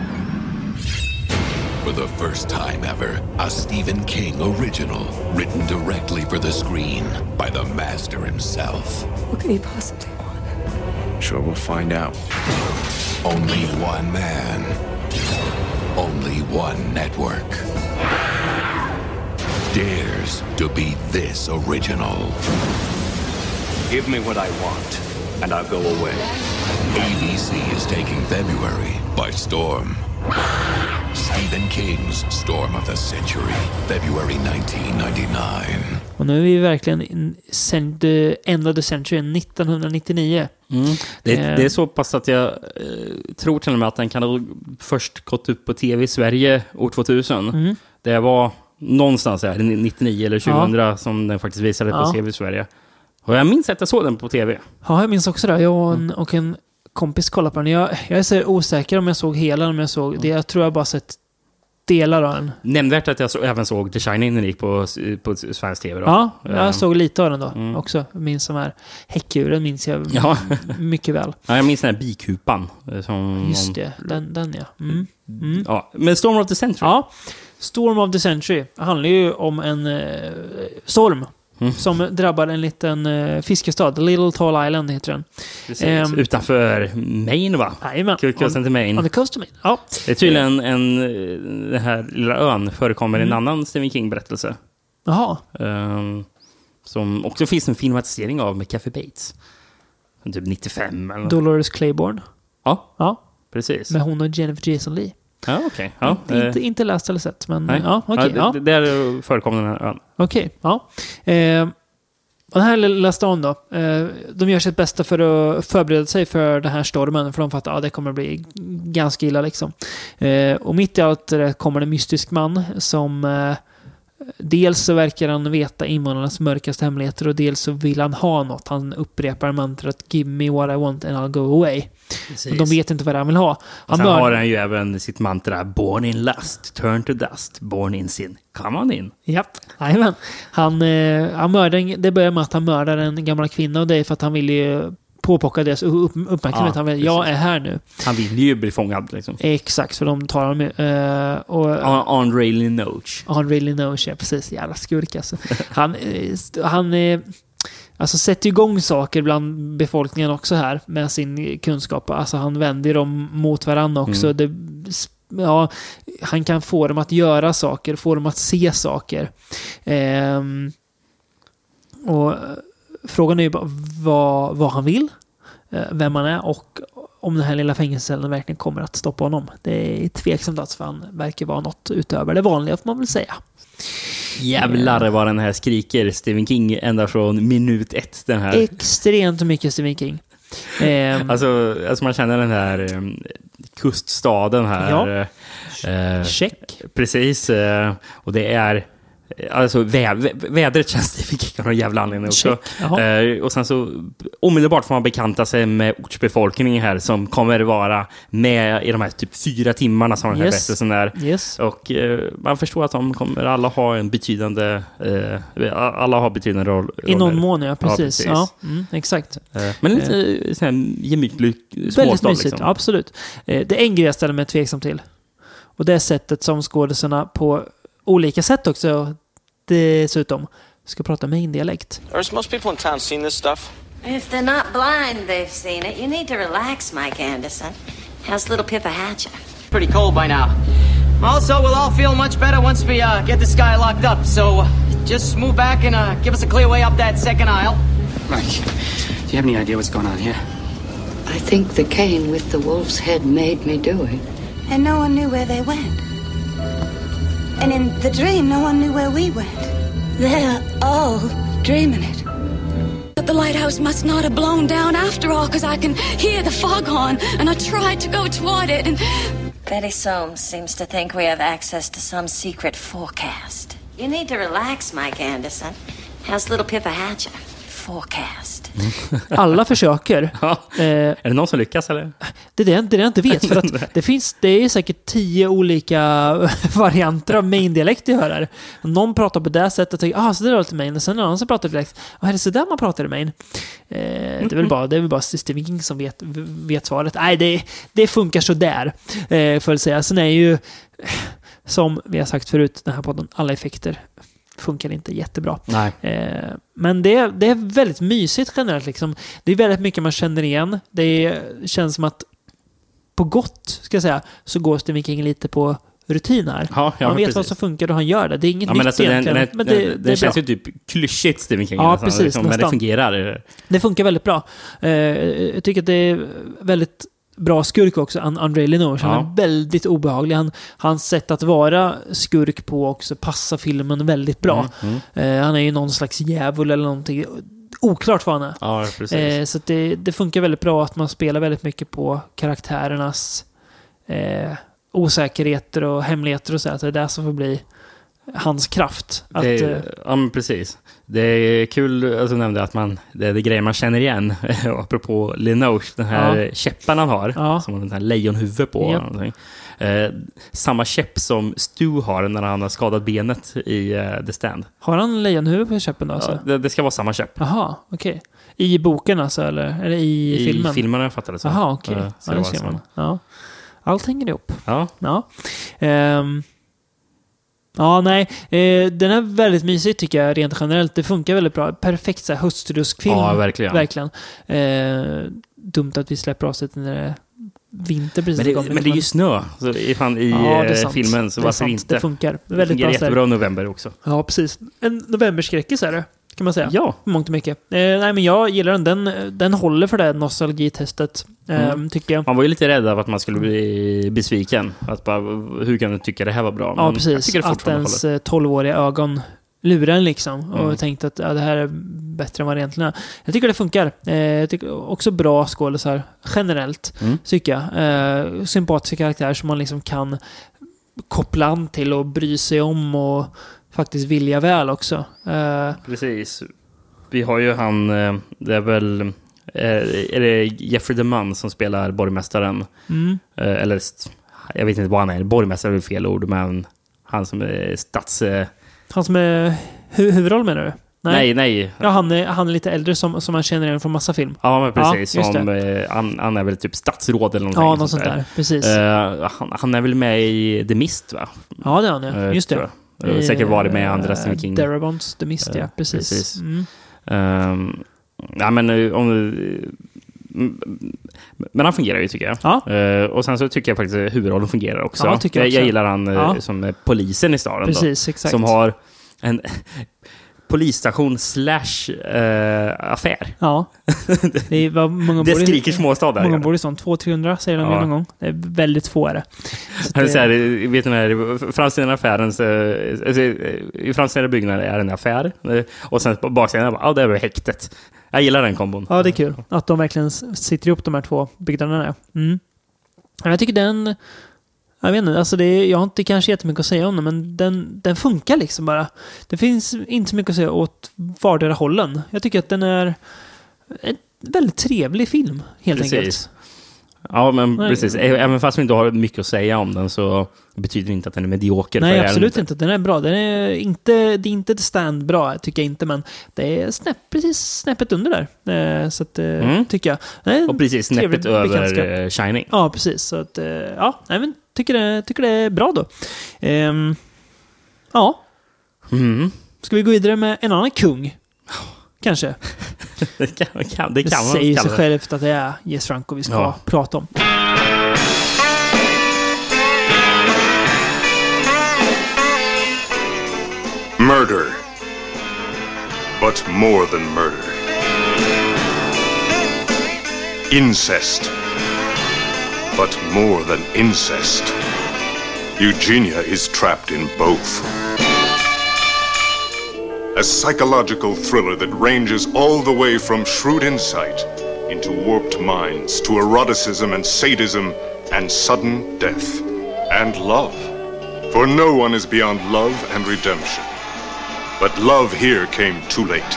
For the first time ever, a Stephen King original, written directly for the screen by the master himself. What could he possibly want? Sure, we'll find out. Only one man. Only one network. Dares to be this original. Give me what I want, and I'll go away. A B C is taking February by storm. Stephen King's Storm of the Century, February nineteen ninety-nine. Och nu är vi verkligen in the end of the century, nittonhundranittionio. Mm. Det, är, det är så pass att jag eh, tror till och med att den kan ha först gått upp på tv i Sverige år tvåtusen. Mm. Det var någonstans här, nittionio eller tjugohundra ja. Som den faktiskt visade på ja. tv i Sverige. Och jag minns att jag såg den på tv. Ja, jag minns också det. Jag och en, och en kompis kollade på den. Jag, jag är så osäker om jag såg hela, om jag såg det. Jag tror jag bara sett delar av den. Nämnvärt att jag så, även såg The Shining när det gick på, på svensk tv då. Ja, jag um, såg lite av den då mm. också. Jag minns de här häckdjuren, minns jag ja. mycket väl. Ja, jag minns den här bikupan. Som Just det, den, den ja. Mm. Mm. Ja. Men Storm of the Century. Ja, Storm of the Century handlar ju om en eh, storm. Mm. Som drabbar en liten uh, fiskestad. Little Tall Island heter den. Precis. Um, Utanför Maine, va? Jajamän. Kusten till Maine. On the coast of Maine, ja. Det är tydligen en, den här lilla ön förekommer i mm. en annan Stephen King-berättelse. Jaha. Um, som också finns en filmatisering av med Kathy Bates. Typ nittiofem eller Dolores Claiborne. Ja, ja. Precis. Med hon och Jennifer Jason Leigh. Ja, okej. Okay. Ja, inte, inte, inte läst eller sett, men nej. ja, okej. Okay, ja, ja. Där förekommer den här ön. Okej, okay, ja. Eh, och den här lilla stan då, eh, de gör sitt bästa för att förbereda sig för den här stormen, för de fattar att ja, det kommer att bli ganska illa liksom. Eh, och mitt i allt det kommer en mystisk man som eh, dels så verkar han veta invånarnas mörkaste hemligheter och dels så vill han ha något. Han upprepar mantrat give me what I want and I'll go away. Och de vet inte vad han vill ha. Han sen mör- har han ju även sitt mantra born in lust, turn to dust, born in sin, come on in. Japp, jajamän. Han, eh, han mördar, det börjar med att han mördar en gammal kvinna och det är för att han vill ju påpocka deras upp, uppmärksamhet. Ja, han vill, jag är här nu. Han vill ju bli fångad liksom. Exakt, för de tar honom uh, och On, on really knows. On really knows, ja precis. Jävla skurk alltså. Han, han eh, alltså sätter igång saker bland befolkningen också här med sin kunskap. Alltså han vänder dem mot varandra också. Mm. Det, ja, han kan få dem att göra saker, få dem att se saker. Ehm, och frågan är ju bara vad, vad han vill, vem han är och om den här lilla fängelsecellen verkligen kommer att stoppa honom. Det är tveksamt att för han verkar vara något utöver det vanliga, får man väl säga. Jävlar vad den här skriker Stephen King ända från minut ett. Den här. Extremt mycket Stephen King. Eh, alltså, alltså man känner den här um, kuststaden här. Ja. Eh, Check. Precis. Eh, och det är alltså vä- vä- vädret känns Stephen King av någon jävla anledning också. Eh, och sen så omedelbart får man bekanta sig med ortsbefolkningen här som kommer vara med i de här typ fyra timmarna som den här Yes. berättelsen är. Yes. Och eh, man förstår att de kommer alla ha en betydande eh, alla har betydande roll. I någon mån, ja, precis. Ja, precis. Ja, mm, exakt. Eh, men lite eh. sån här gemytlig småstad. Väldigt mysigt, liksom. absolut. Eh, det är en grej jag ställer mig tveksam till. Och det är sättet som skådespelarna på olika sätt också dessutom ska prata med indialekt. Has most people in town seen this stuff? If they're not blind, they've seen it. You need to relax, Mike Anderson. How's little Pippa Hatcher? Pretty cold by now. Also, we'll all feel much better once we uh, get this guy locked up. So uh, just move back and uh, give us a clear way up that second aisle. Mike, do you have any idea what's going on here? I think the cane with the wolf's head made me do it. And no one knew where they went. And in the dream, no one knew where we went. They're all dreaming it. But the lighthouse must not have blown down after all, because I can hear the foghorn, and I tried to go toward it, and... Betty Soames seems to think we have access to some secret forecast. You need to relax, Mike Anderson. How's little Pippa Hatcher? Forecast. Alla försöker. Ja. Eh, är det någon som lyckas eller? Det är det, det är det jag inte vet. För att det finns, det är säkert tio olika varianter av main-dialekt jag hör här. Någon pratar på det sättet och tänker, ah, så det är lite main. Och sen någon som pratar dialekt. Ah, är det så där man pratar i main? Eh, det är väl bara, det är väl bara Stephen King som vet, vet svaret. Nej, det, det funkar så där. Eh, för att säga. Sen är ju, som vi har sagt förut, den här podden, alla effekter funkar inte jättebra. Nej. Eh, men det, det är väldigt mysigt generellt. Liksom. Det är väldigt mycket man känner igen. Det känns som att på gott, ska jag säga, så går Stephen King lite på rutin här. Ja, ja, han vet precis. vad som funkar och han gör det. Det är inget ja, nytt men alltså, egentligen. Den, den, men det, den, det, den det känns bra. ju typ klyschigt Stephen King. Ja, nästan, precis. liksom, men det fungerar. Det funkar väldigt bra. Eh, jag tycker att det är väldigt bra skurk också, André Lenoir. Han Ja. är väldigt obehaglig. Han, hans sätt att vara skurk på också passar filmen väldigt bra. Mm, Eh, han är ju någon slags djävul eller någonting. Oklart vad han är. Ja, precis. Eh, så att det, det funkar väldigt bra att man spelar väldigt mycket på karaktärernas eh, osäkerheter och hemligheter och så. Att det är det som får bli hans kraft. Att, det, eh, ja, men precis. Det är kul att du nämnde att man, det är det grejer man känner igen. Apropå Lenoir, den här Ja. käppen han har, Ja. som har den här lejonhuvud på. Japp. Någonting. Eh, samma käpp som Stu har när han har skadat benet i uh, The Stand. har han lejonhuvud på käppen då? Ja, Alltså? det, det ska vara samma käpp. Jaha, okej. I boken alltså, eller, eller i, I filmen? filmen har jag fattat det så. Jaha, okej. Eh, så Ja, det det var ser så. man. Ja. Allt hänger ihop. Ja. Ja. Ehm. Ja, nej. Eh, den är väldigt mysig tycker jag, rent generellt. Det funkar väldigt bra. Perfekt så här höstruskfilm. Ja, verkligen. Verkligen. Eh, dumt att vi släpper avsnitt när det är vinter precis. Men det, kommit, men det är ju snö så ifall i Ja, det är eh, sant. filmen, så Det är varför sant. inte? Det funkar. Det Väldigt fungerar bra ställe. jättebra i november också. Ja, precis. En novemberskräckis är det, kan man säga. Ja. Mångt och mycket. Eh, nej, men jag gillar den. Den, den håller för det nostalgitestet, eh, Mm. tycker jag. Man var ju lite rädd av att man skulle bli besviken. Att bara, hur kan du tycka det här var bra? Men Ja, jag precis. tycker det Att fortfarande ens håller. eh, tolvåriga ögon lurar en liksom. Och Mm. tänkte att ja, det här är bättre än vad det egentligen är. Jag tycker det funkar. Eh, jag tycker också bra skådisar generellt, Mm. tycker jag. Eh, sympatiska karaktärer som man liksom kan koppla an till och bry sig om och faktiskt vilja väl också. Uh, Precis. Vi har ju han, det är väl är det Jeffrey DeMunn som spelar borgmästaren. Mm. Eller jag vet inte vad han är, borgmästare är fel ord, men han som är stats... Han som är hu- huvudroll menar du? Nej, nej. nej. Ja, han är, han är lite äldre som, som man känner igen från massa film. Ja, men precis. Ja, som, eh, han, han är väl typ statsråd eller någonting. Ja, något sånt där. där. Precis. Uh, han, han är väl med i The Mist, va? Ja, det är han, ja. Just det. Uh, säkert varit med i andra Stephen King. Darabont, The Mist, uh, ja. Precis. precis. Mm. Um, ja, men om... Men han fungerar ju, tycker jag. Ja. Uh, och sen så tycker jag faktiskt att huvudrollen fungerar också. Ja, tycker jag, också. jag gillar han ja. som är polisen i staden. Precis, då, exakt. Som har en polisstation slash uh, affär. Ja. Det, är, vad, många det skriker i, småstad där. Många bor i sånt. två till trehundra säger de ja. någon gång. Det är väldigt få är det. Så det... Så här, vet ni när framsidan av affären alltså, i framsidan av byggnaden är en affär. Och sen på baksidan, ja, det är häktet. Jag gillar den kombon. Ja, det är kul. Att de verkligen sitter ihop de här två byggnaderna. Mm. Jag tycker den... Jag vet inte, alltså det är, jag har inte kanske jättemycket att säga om den, men den, den funkar liksom bara. Det finns inte så mycket att säga åt vardera hållen. Jag tycker att den är en väldigt trevlig film, helt precis. enkelt. Ja, men Nej. precis. Även fast vi inte har mycket att säga om den så betyder det inte att den är medioker. Nej, för absolut inte. Den är bra. Den är inte, det är inte ett stand bra, tycker jag inte, men det är snäpp, precis snäppet under där. Så att, mm. tycker jag. Nej, och precis snäppet över Shining. Ja, precis. Så att, ja, nej, men tycker det, tycker det är bra då. Ehm, ja. Mm. Ska vi gå vidare med en annan kung? Kanske. det kan, kan, det, det kan säger man sig självt att det är Jess Franco vi ska ja. prata om. Murder. But more than murder. Incest. But more than incest. Eugenia is trapped in both. A psychological thriller that ranges all the way from shrewd insight into warped minds to eroticism and sadism and sudden death. And love. For no one is beyond love and redemption. But love here came too late.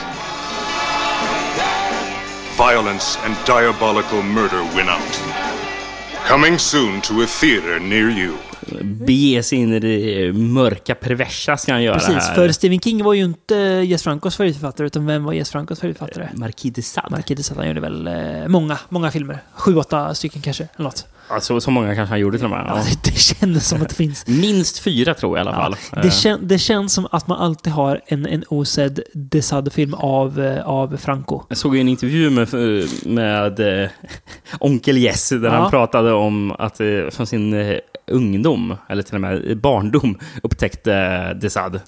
Violence and diabolical murder win out. Coming soon to a theater near you. Bege sig in i det mörka perversa ska han göra. Precis, här. För Stephen King var ju inte Jess Francos favoritförfattare, utan vem var Jess Francos favoritförfattare? Marquis de Sade. Marquis de Sade, han gjorde väl eh, många, många filmer. Sju, åtta stycken kanske, eller något. Alltså, så många kanske han gjorde till och med. Ja, det, det kändes som att det finns. Minst fyra tror jag i alla fall. Ja, det, kän, det känns som att man alltid har en, en osedd de Sade-film av, av Franco. Jag såg ju en intervju med, med äh, Onkel Jess där ja. han pratade om att äh, från sin äh, ungdom, eller till och med barndom, upptäckte de Sade.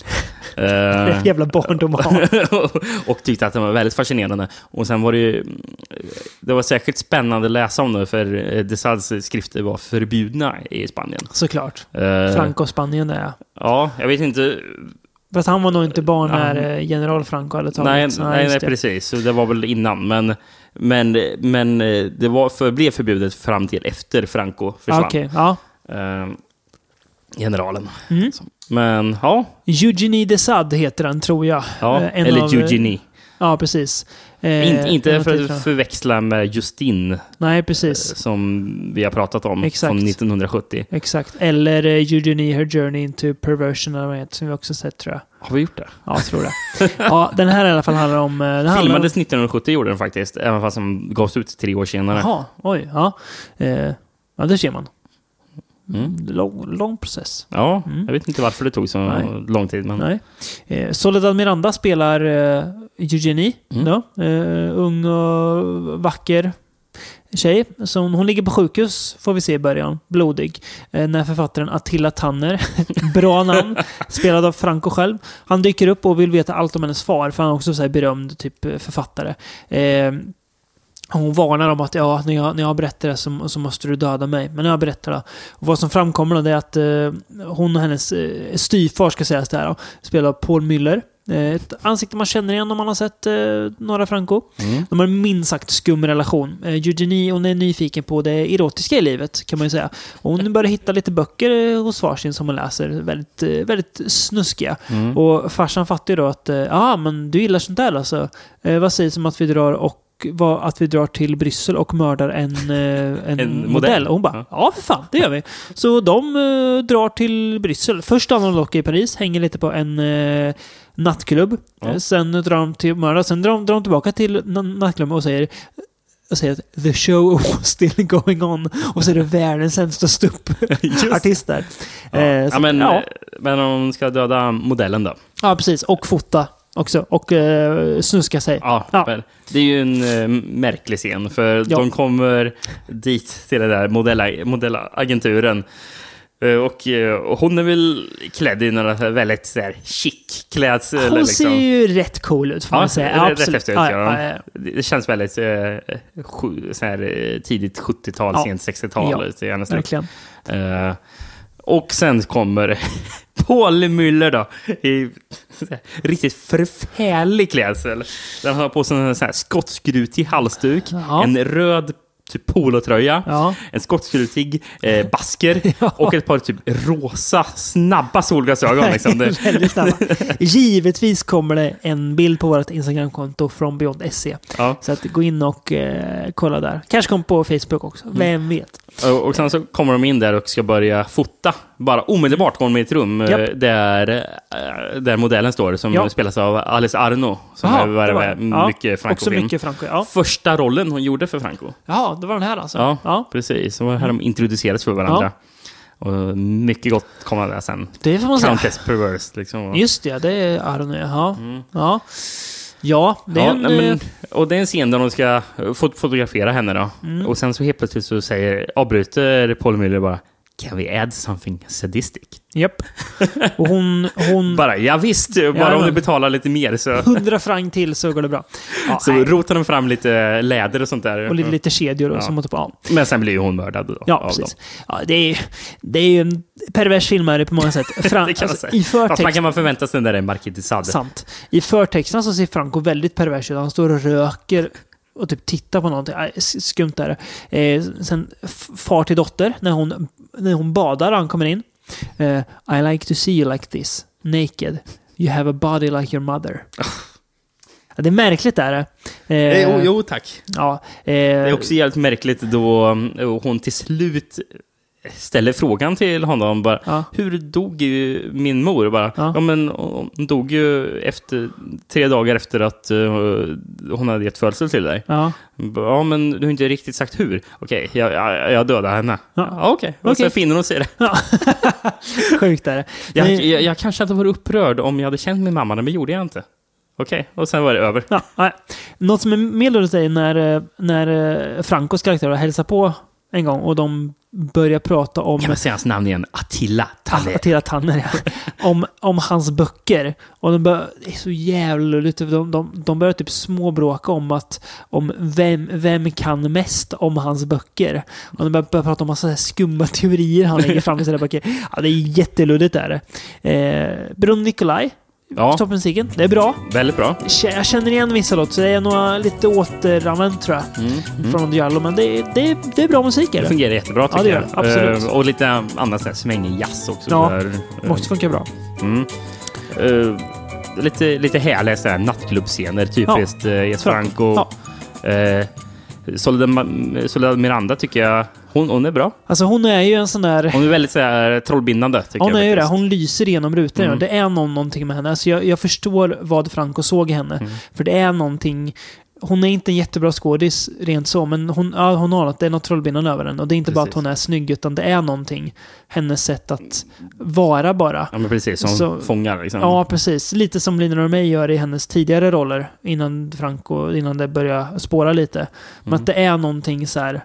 uh, jävla barndom och, och tyckte att det var väldigt fascinerande. Och sen var det ju, det var säkert spännande att läsa om det, för de Sades skrifter var förbjudna i Spanien. Såklart. Uh, Franco Spanien är. Ja, jag vet inte. Fast han var nog inte barn när uh, general Franco hade tagit. Nej, nej, nej precis. Så det var väl innan. Men, men, men det var för, blev förbjudet fram till efter Franco försvann. Okej, okay, ja. Uh, generalen. Mm. Men, ja. Eugenie de Sade heter han, tror jag. Ja, en eller av, Eugenie. Ja, precis. Eh, inte inte för att förväxla med Justin. Nej, precis. Som vi har pratat om. Exakt. Från nittonhundrasjuttio. Exakt. Eller uh, Eugenie, Her Journey into Perversion, eller vad som vi också sett, tror jag. Har vi gjort det? Ja, jag tror det. Ja, den här i alla fall handlar om... Uh, den Filmades om... nittonhundrasjuttio gjorde den faktiskt. Även fast den gavs ut tre år senare. Jaha, oj, ja. Uh, ja, det ser man. Mm. Lång, lång process. Ja, mm. jag vet inte varför det tog så Nej. lång tid. Men... Nej. Eh, Soledad Miranda spelar eh, Eugenie. Mm. Då. Eh, ung och vacker tjej. Som, hon ligger på sjukhus, får vi se i början. Blodig. Eh, när författaren Attila Tanner, bra namn, spelad av Franco själv. Han dyker upp och vill veta allt om hennes far. För han är också så här berömd typ författare. Eh, Hon varnar om att ja, när, jag, när jag berättar det så, så måste du döda mig. Men när jag berättar det, och vad som framkommer då, det är att eh, hon och hennes eh, styvfar, ska sägas där, då, spelar Paul Müller. Ett ansikte man känner igen om man har sett eh, Nora Franco. Mm. De har en minst sagt skum relation. Eh, Eugenie, hon är nyfiken på det erotiska i livet, kan man ju säga. Och hon börjar hitta lite böcker eh, hos varsin som hon läser. Väldigt, eh, väldigt snuskiga. Mm. Och farsan fattar ju då att ja, eh, ah, men du gillar sånt där alltså. Eh, vad sägs om att vi drar och var att vi drar till Bryssel och mördar en, eh, en, en modell. modell. Och hon bara, ja. ja för fan, det gör vi. Så de eh, drar till Bryssel. Först stannar de dock i Paris, hänger lite på en eh, nattklubb. Ja. Eh, sen drar de till mördar. Sen drar de, drar de tillbaka till nattklubben och säger och säger att the show was still going on. Och så är det världens sämsta stup-artist där. Ja. Eh, så, ja, men, ja. men de ska döda modellen då. Ja, precis. Och fota också. Och eh, snuska sig. Ja, ja. Det är ju en eh, märklig scen. För ja. de kommer dit till den där modella, modellagenturen. Uh, och, uh, och hon är väl klädd i några väldigt så här chic klädsel. Hon liksom. ser ju rätt cool ut, får ja, man säga. Ja, absolut. Rätt efter, ja, ja. Ja, ja. Det känns väldigt uh, sju, så här, uh, tidigt sjuttiotal, ja. sent sextiotal. Ja, verkligen. Uh, och sen kommer Paul Müller då i här, riktigt förfärlig klädsel. Den har på sig en sån här skottskrutig halsduk, ja. en röd typ polotröja, ja. en skottskrutig eh, basker ja. och ett par typ rosa snabba solglasögon. Liksom. Väldigt snabba. Givetvis kommer det en bild på vårt Instagramkonto från Beyond S C. Ja. Så att gå in och eh, kolla där. Kanske kommer på Facebook också. Vem mm. vet? Och, och sen så kommer de in där och ska börja fota. Bara omedelbart kommer de i ett rum yep. där, där modellen står som ja. spelas av Alice Arno som Aha, var, var ja. mycket Franco-film. Mycket Franco, ja. Första rollen hon gjorde för Franco. Ja, det var den här alltså. Ja, ja. precis. Så här de introducerades för varandra. Ja. Och mycket gott kommer där sen. Det får man säga. Countess Perverse liksom. Just det, det är Arno. Ja. Mm. Ja. Ja, det är ja, en... Men, och det är en scen där de ska fot- fotografera henne då. Mm. Och sen så helt plötsligt så säger, avbryter Paul Müller bara, can we add something sadistic? Japp. Och hon... hon... bara, ja visst, bara ja, om du betalar lite mer så... Hundra frank till så går det bra. Ja, så nej. rotar de fram lite läder och sånt där. Och lite, lite kedjor och ja. så måste på. Ja. Men sen blir ju hon mördad då. Ja, precis. Ja, det är, det är ju en pervers filmare på många sätt. Fran- det kan alltså, man säga. I förtext... Fast man kan man förvänta sig den där Marquis Sant. I förtexterna så ser Franco väldigt pervers ut. Han står och röker och typ tittar på någonting. Äh, skumt där. Eh, sen far till dotter när hon, när hon badar och han kommer in. Uh, I like to see you like this. Naked. You have a body like your mother. Ja, det är märkligt där. Eh, jo, jo, tack. Ja, eh, det är också jävligt märkligt då hon till slut ställer frågan till honom bara, ja. hur dog ju min mor? Bara, ja. ja, men hon dog ju efter, tre dagar efter att uh, hon hade gett födsel till dig. Ja. ja, men du har inte riktigt sagt hur. Okej, okay, jag, jag, jag dödade henne. Ja. Ja, okej, okay. och okay. så finner hon sig det. Ja. Sjukt är det. Jag, men... jag, jag kanske hade varit upprörd om jag hade känt min mamma, men det gjorde jag inte. Okej, okay. och sen var det över. Ja, nej. Något som är mer låter sig när, när Francos karaktär hälsar på en gång och de börjar prata om... Kan man säga hans namn igen? Attila Tanner. Attila Tanner, ja. om, om hans böcker. Och de bör, det är så jävla lulligt. De, de, de börjar typ småbråka om att om vem, vem kan mest om hans böcker. Och de börjar, börjar prata om massa skumma teorier han lägger fram i sina böcker. Ja, det är jätteluddigt där. Eh, Brun Nikolaj. Ja. Toppensiken. Det är bra. Väldigt bra. Jag känner igen vissa låt, så det är nog lite återanvänt tror jag. Mm. Mm. Från Diallo, men det, det, det är bra musik. Det fungerar jättebra tycker ja, det jag. Absolut. Uh, och lite annat sådär svängig jazz också. Ja, där, uh, måste funka bra. Mm. Uh, lite, lite härliga sådär nattklubbscener, typiskt ja. uh, Jes Franco. Ja. Uh, Soledad, Soledad Miranda tycker jag hon, hon är bra. Alltså hon är ju en sån där... Hon är väldigt så här, trollbindande tycker hon jag. Är ju det. Hon lyser igenom rutorna. Mm. Det är någon, någonting med henne. Alltså jag, jag förstår vad Franco såg i henne. Mm. För det är någonting... Hon är inte en jättebra skådis rent så, men hon, ja, hon har något, det är något trollbindande över den. Och det är inte precis. Bara att hon är snygg, utan det är någonting. Hennes sätt att vara bara. Ja, men precis. Som så, fångar liksom. Ja, precis. Lite som Lina Romay gör i hennes tidigare roller. Innan Franco, innan det börjar spåra lite. Men mm. att det är någonting så här...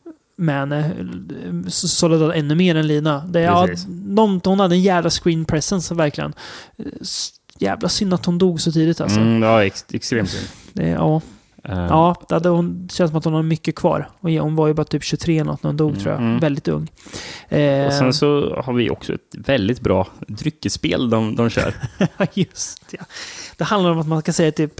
Men Soledad ännu mer än Lina. Det är, ja, någon, hon hade en jävla screen presence verkligen. Jävla synd att hon dog så tidigt alltså. Mm, ja, ex- extremt synd. Det, ja. Uh, ja, det hade hon, det känns som att hon har mycket kvar. Och hon var ju bara typ tjugotre något när hon dog, mm. tror jag. Mm. Väldigt ung. Eh, och sen så har vi också ett väldigt bra dryckesspel de, de kör. Just ja. Det handlar om att man ska säga typ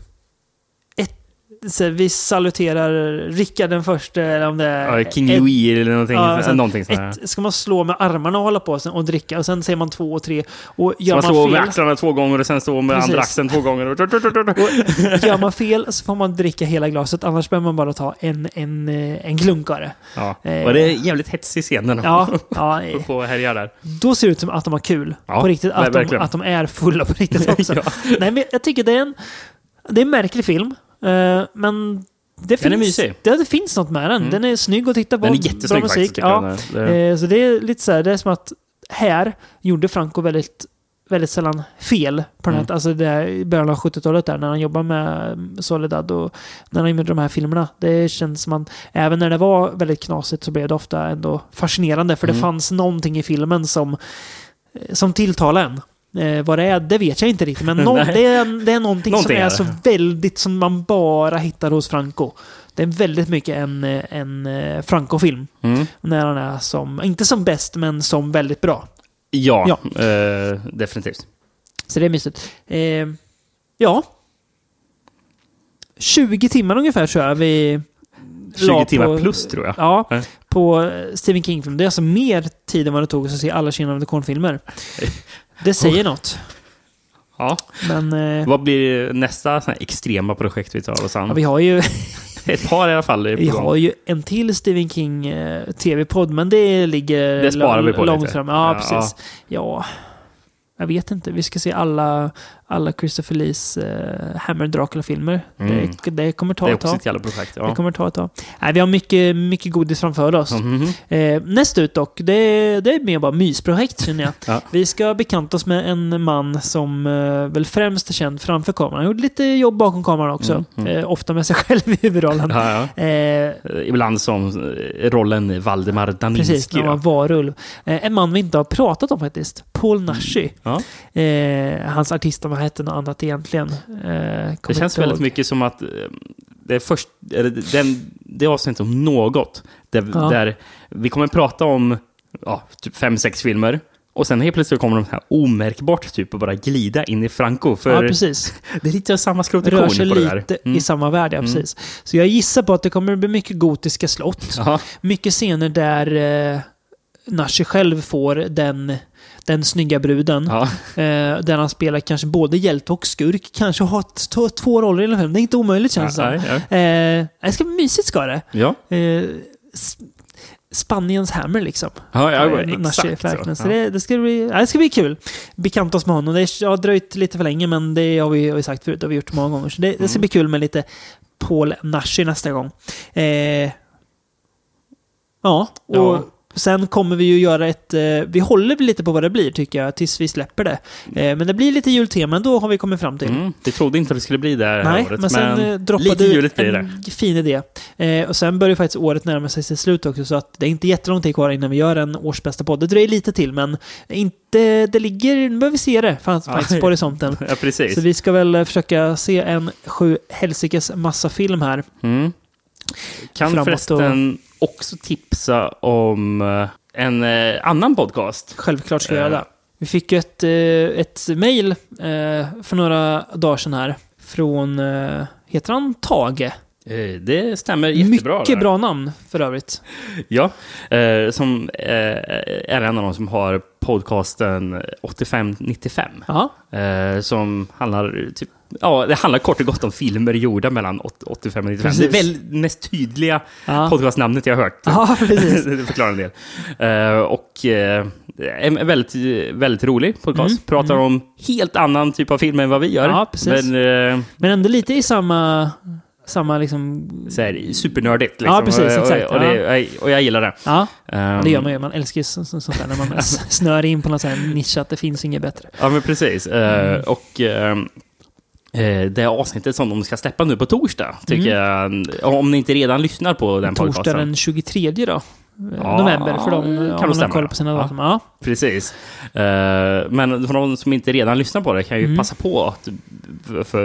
så vi saluterar Rickard den första, eller om det är ja, King ett, Louis eller någonting, ja, sen någonting sånt här. Ett, ska man slå med armarna och hålla på sen, och dricka, och sen säger man två och tre, och gör man, man slå fel, med axlarna två gånger och sen stå med Precis. andra axeln två gånger och, och gör man fel så får man dricka hela glaset, annars behöver man bara ta en, en, en klunkare. Ja, och det är jävligt hetsig scenen ja, ja, på härjar där. Då ser det ut som att de har kul ja, på riktigt, att de, att de är fulla på riktigt också. ja. Nej, men jag tycker det är en det är en märklig film, men Det finns, den är mysig. Det, det finns något med den. Mm. Den är snygg att titta på. Den är jättesnygg musik. faktiskt. Ja. Det. Så det är lite så här, det är som att här gjorde Franco väldigt, väldigt sällan fel på mm. alltså det är i början av sjuttiotalet där när han jobbar med Soledad och när han gjorde de här filmerna. Det känns som att även när det var väldigt knasigt så blev det ofta ändå fascinerande, för mm. det fanns någonting i filmen som, som tilltalade en. Eh, vad det är, det vet jag inte riktigt, men no- det, är, det är någonting, någonting som är, är så väldigt som man bara hittar hos Franco. Det är väldigt mycket en, en Franco-film mm. när han är som, inte som bäst, men som väldigt bra. Ja, ja. Eh, definitivt. Så det är mysigt. Eh, ja. tjugo timmar ungefär tror jag vi tjugo timmar på, plus tror jag. Ja, mm. på Stephen King-film. Det är alltså mer tid än vad det tog att se alla Children of the Corn-filmer. Det säger oh. något. Ja. Men, eh, vad blir nästa sån här extrema projekt vi tar oss an? Ja, vi har ju ett par i alla fall. Vi har ju en till Stephen King eh, tv-podd, men det ligger det sparar vi på långt lite. fram. Ja, ja, precis. Ja. Jag vet inte. Vi ska se alla, alla Christopher Lees uh, Hammer Dracula-filmer. Mm. Det, det kommer ta ett tag. Det är ett också ett jävla projekt. Ja. Det kommer ta ett tag. Nej, vi har mycket, mycket godis framför oss. Mm-hmm. Eh, nästa ut dock, det, det är mer bara mysprojekt, känner jag. ja. Vi ska bekanta oss med en man som uh, väl främst är känd framför kameran. Han gjorde lite jobb bakom kameran också. Mm, mm. Eh, ofta med sig själv i huvudrollen. Ja, ja. Eh, Ibland som rollen Valdemar Daninski. Precis, när han var varulv. Eh, en man vi inte har pratat om faktiskt. Paul Naschy. Ja. Eh, hans artist, vad hette något annat egentligen? Eh, det känns väldigt ihåg. mycket som att det är först, den, det avsnitt om något där, ja. där vi kommer prata om ja, typ fem, sex filmer och sen helt plötsligt kommer de här omärkbart typ och bara glida in i Franco, för ja, precis. det är lite samma skrot och rör korn sig på lite det där. Mm. i samma värld, ja, precis. Mm. Så jag gissar på att det kommer att bli mycket gotiska slott. Aha. Mycket scener där eh, Naschy själv får den den snygga bruden. Ja. Eh, där han spelar kanske både hjälte och skurk. Kanske har t- två roller i den här filmen. Det är inte omöjligt, känns det. Ja, ja. eh, det ska bli mysigt, ska det. Ja. Eh, Spaniens Hammer liksom. Ja, ja, ja exakt så. så. så det, det, ska bli, ja, det ska bli kul. Bekanta oss med honom. Det har dröjt lite för länge, men det har vi, har vi sagt förut. Det har vi gjort många gånger. Så det, mm. det ska bli kul med lite Paul Naschy nästa gång. Eh, ja, och ja. sen kommer vi ju göra ett... Eh, vi håller lite på vad det blir, tycker jag, tills vi släpper det. Eh, men det blir lite jultema, då har vi kommit fram till. Mm, vi trodde inte att det skulle bli det här Nej, året, men sen men droppade lite juligt blir en det. Fin idé. Eh, och sen börjar faktiskt året närma sig sitt slut också, så att det är inte jättelång tid kvar innan vi gör en årsbästa podd. Det dröjer lite till, men inte, det ligger... Nu behöver vi se det faktiskt på horisonten. Ja, precis. Så vi ska väl försöka se en sju helsikes massa film här. Mm. Kan Framåt förresten och... också tipsa om en eh, annan podcast. Självklart ska jag göra det. Vi fick ju ett, eh, ett mejl eh, för några dagar sedan här från, eh, heter han Tage? Eh, det stämmer jättebra. Mycket där. Bra namn för övrigt. Ja, eh, som eh, är en av de som har podcasten åttiofem nittiofem. Eh, som handlar typ Ja, det handlar kort och gott om filmer gjorda mellan åttiofem och nittiofem. Precis. Det är väl mest tydliga ja. podcastnamnet jag har hört. Ja, precis. Det förklarar en del. Uh, och uh, en väldigt, väldigt rolig podcast. Mm. Pratar mm. om helt annan typ av filmer än vad vi gör. Ja, precis. Men, uh, Men ändå lite i samma... Samma liksom... Så här, supernördigt. Liksom. Ja, precis. Exakt. Och, och, det, och jag gillar det. Ja, um, det gör man ju. Man älskar ju så, så, sånt där när man snör in på något sånt här nisch att det finns inget bättre. Ja, men precis. Mm. Uh, och... Uh, det avsnittet som de ska släppa nu på torsdag, tycker mm. jag. Om ni inte redan lyssnar på den podcasten. Torsdag den tjugotredje då. Ja, november, för dem kan man har koll på sina datum. Ja. Ja. Precis. Men för de som inte redan lyssnar på det kan ju mm. passa på att för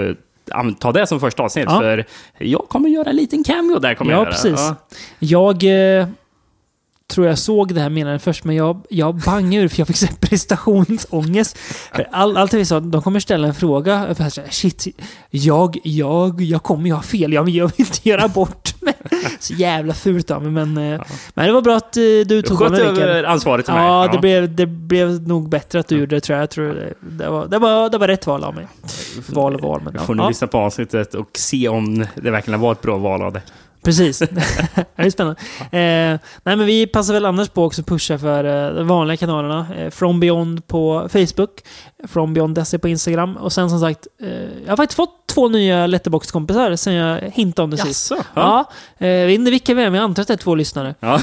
ta det som första avsnitt, Ja. för jag kommer göra en liten cameo där. Kommer Ja, jag göra. precis. Ja. Jag eh, tror jag såg det här menade först, men jag, jag bangade ur för jag fick så här prestationsångest. För all, allt vi sa, de kommer ställa en fråga. Jag bara, shit, jag, jag, jag kommer ju ha fel. Jag, jag vill inte göra bort mig. Så jävla fult av mig, men, ja. men det var bra att eh, du tog Sköt honom, över Rickard. ansvaret till mig. Ja, Ja. det blev, det blev nog bättre att du gjorde det, tror jag. jag tror det, det, var, det, var, det var rätt val av mig. Val och val, men Du ja. får nog Ja. lyssna på avsnittet och se om det verkligen var ett bra val av det. Precis. Det är spännande. Eh, nej, men vi passar väl annars på också att pusha för eh, de vanliga kanalerna. Eh, From Beyond på Facebook. From Beyond S E på Instagram. Och sen som sagt, eh, jag har faktiskt fått två nya Letterboxd-kompisar sen jag hintade om det sist. Jaså? Ja. Ja, eh, jag vet inte vilka vi är, men jag antar att det är två lyssnare. Ja.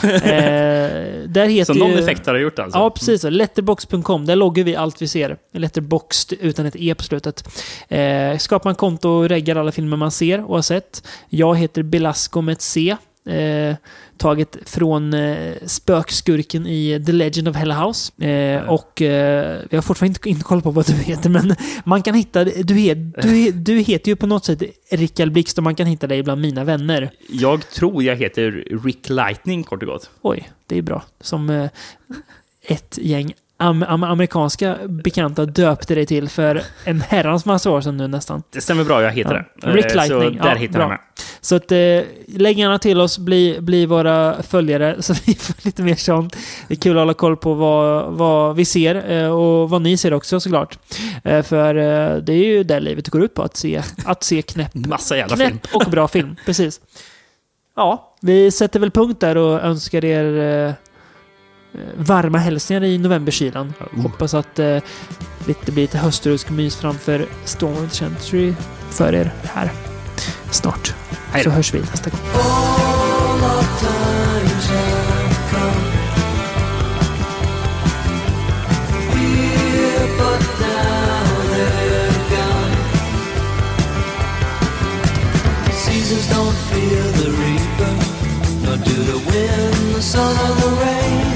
Eh, där heter Så någon ju, effekt har det gjort alltså? Ja, precis. Letterboxd punkt com. Där loggar vi allt vi ser. Letterboxd utan ett E på slutet. Eh, skapar man konto och reggar alla filmer man ser och har sett. Jag heter Belasco med ett C. Eh, taget från eh, spökskurken i The Legend of Hell House. Eh, mm. Och eh, jag har fortfarande inte, inte koll på vad du heter, men man kan hitta du, är, du, är, du heter ju på något sätt Rickard Blixt och man kan hitta dig bland mina vänner. Jag tror jag heter Rick Lightning, kort och gott. Oj, det är bra. Som eh, ett gäng am- am- amerikanska bekanta döpte dig till för en herrans massa år sedan nu nästan. Det stämmer bra, jag heter ja. det. Rick Lightning. Så där ja, hittar bra. jag med. Så att, eh, lägg gärna till oss, bli, bli våra följare så vi får lite mer sånt. Det är kul att hålla koll på vad, vad vi ser eh, och vad ni ser också såklart. Eh, för eh, det är ju där livet går ut på, att se, att se knäpp, Massa jävla knäpp film. och bra film. Precis. Ja, vi sätter väl punkt där och önskar er eh, varma hälsningar i novemberkylan. Mm. Hoppas att eh, det blir lite höstruskmys framför Stormwatch Century för er här snart. Hej Så då. hörs vi nästa gång. All of times have come. Here, but now they're gone. Seasons don't fear the reaper, nor do the wind, the sun, or the rain.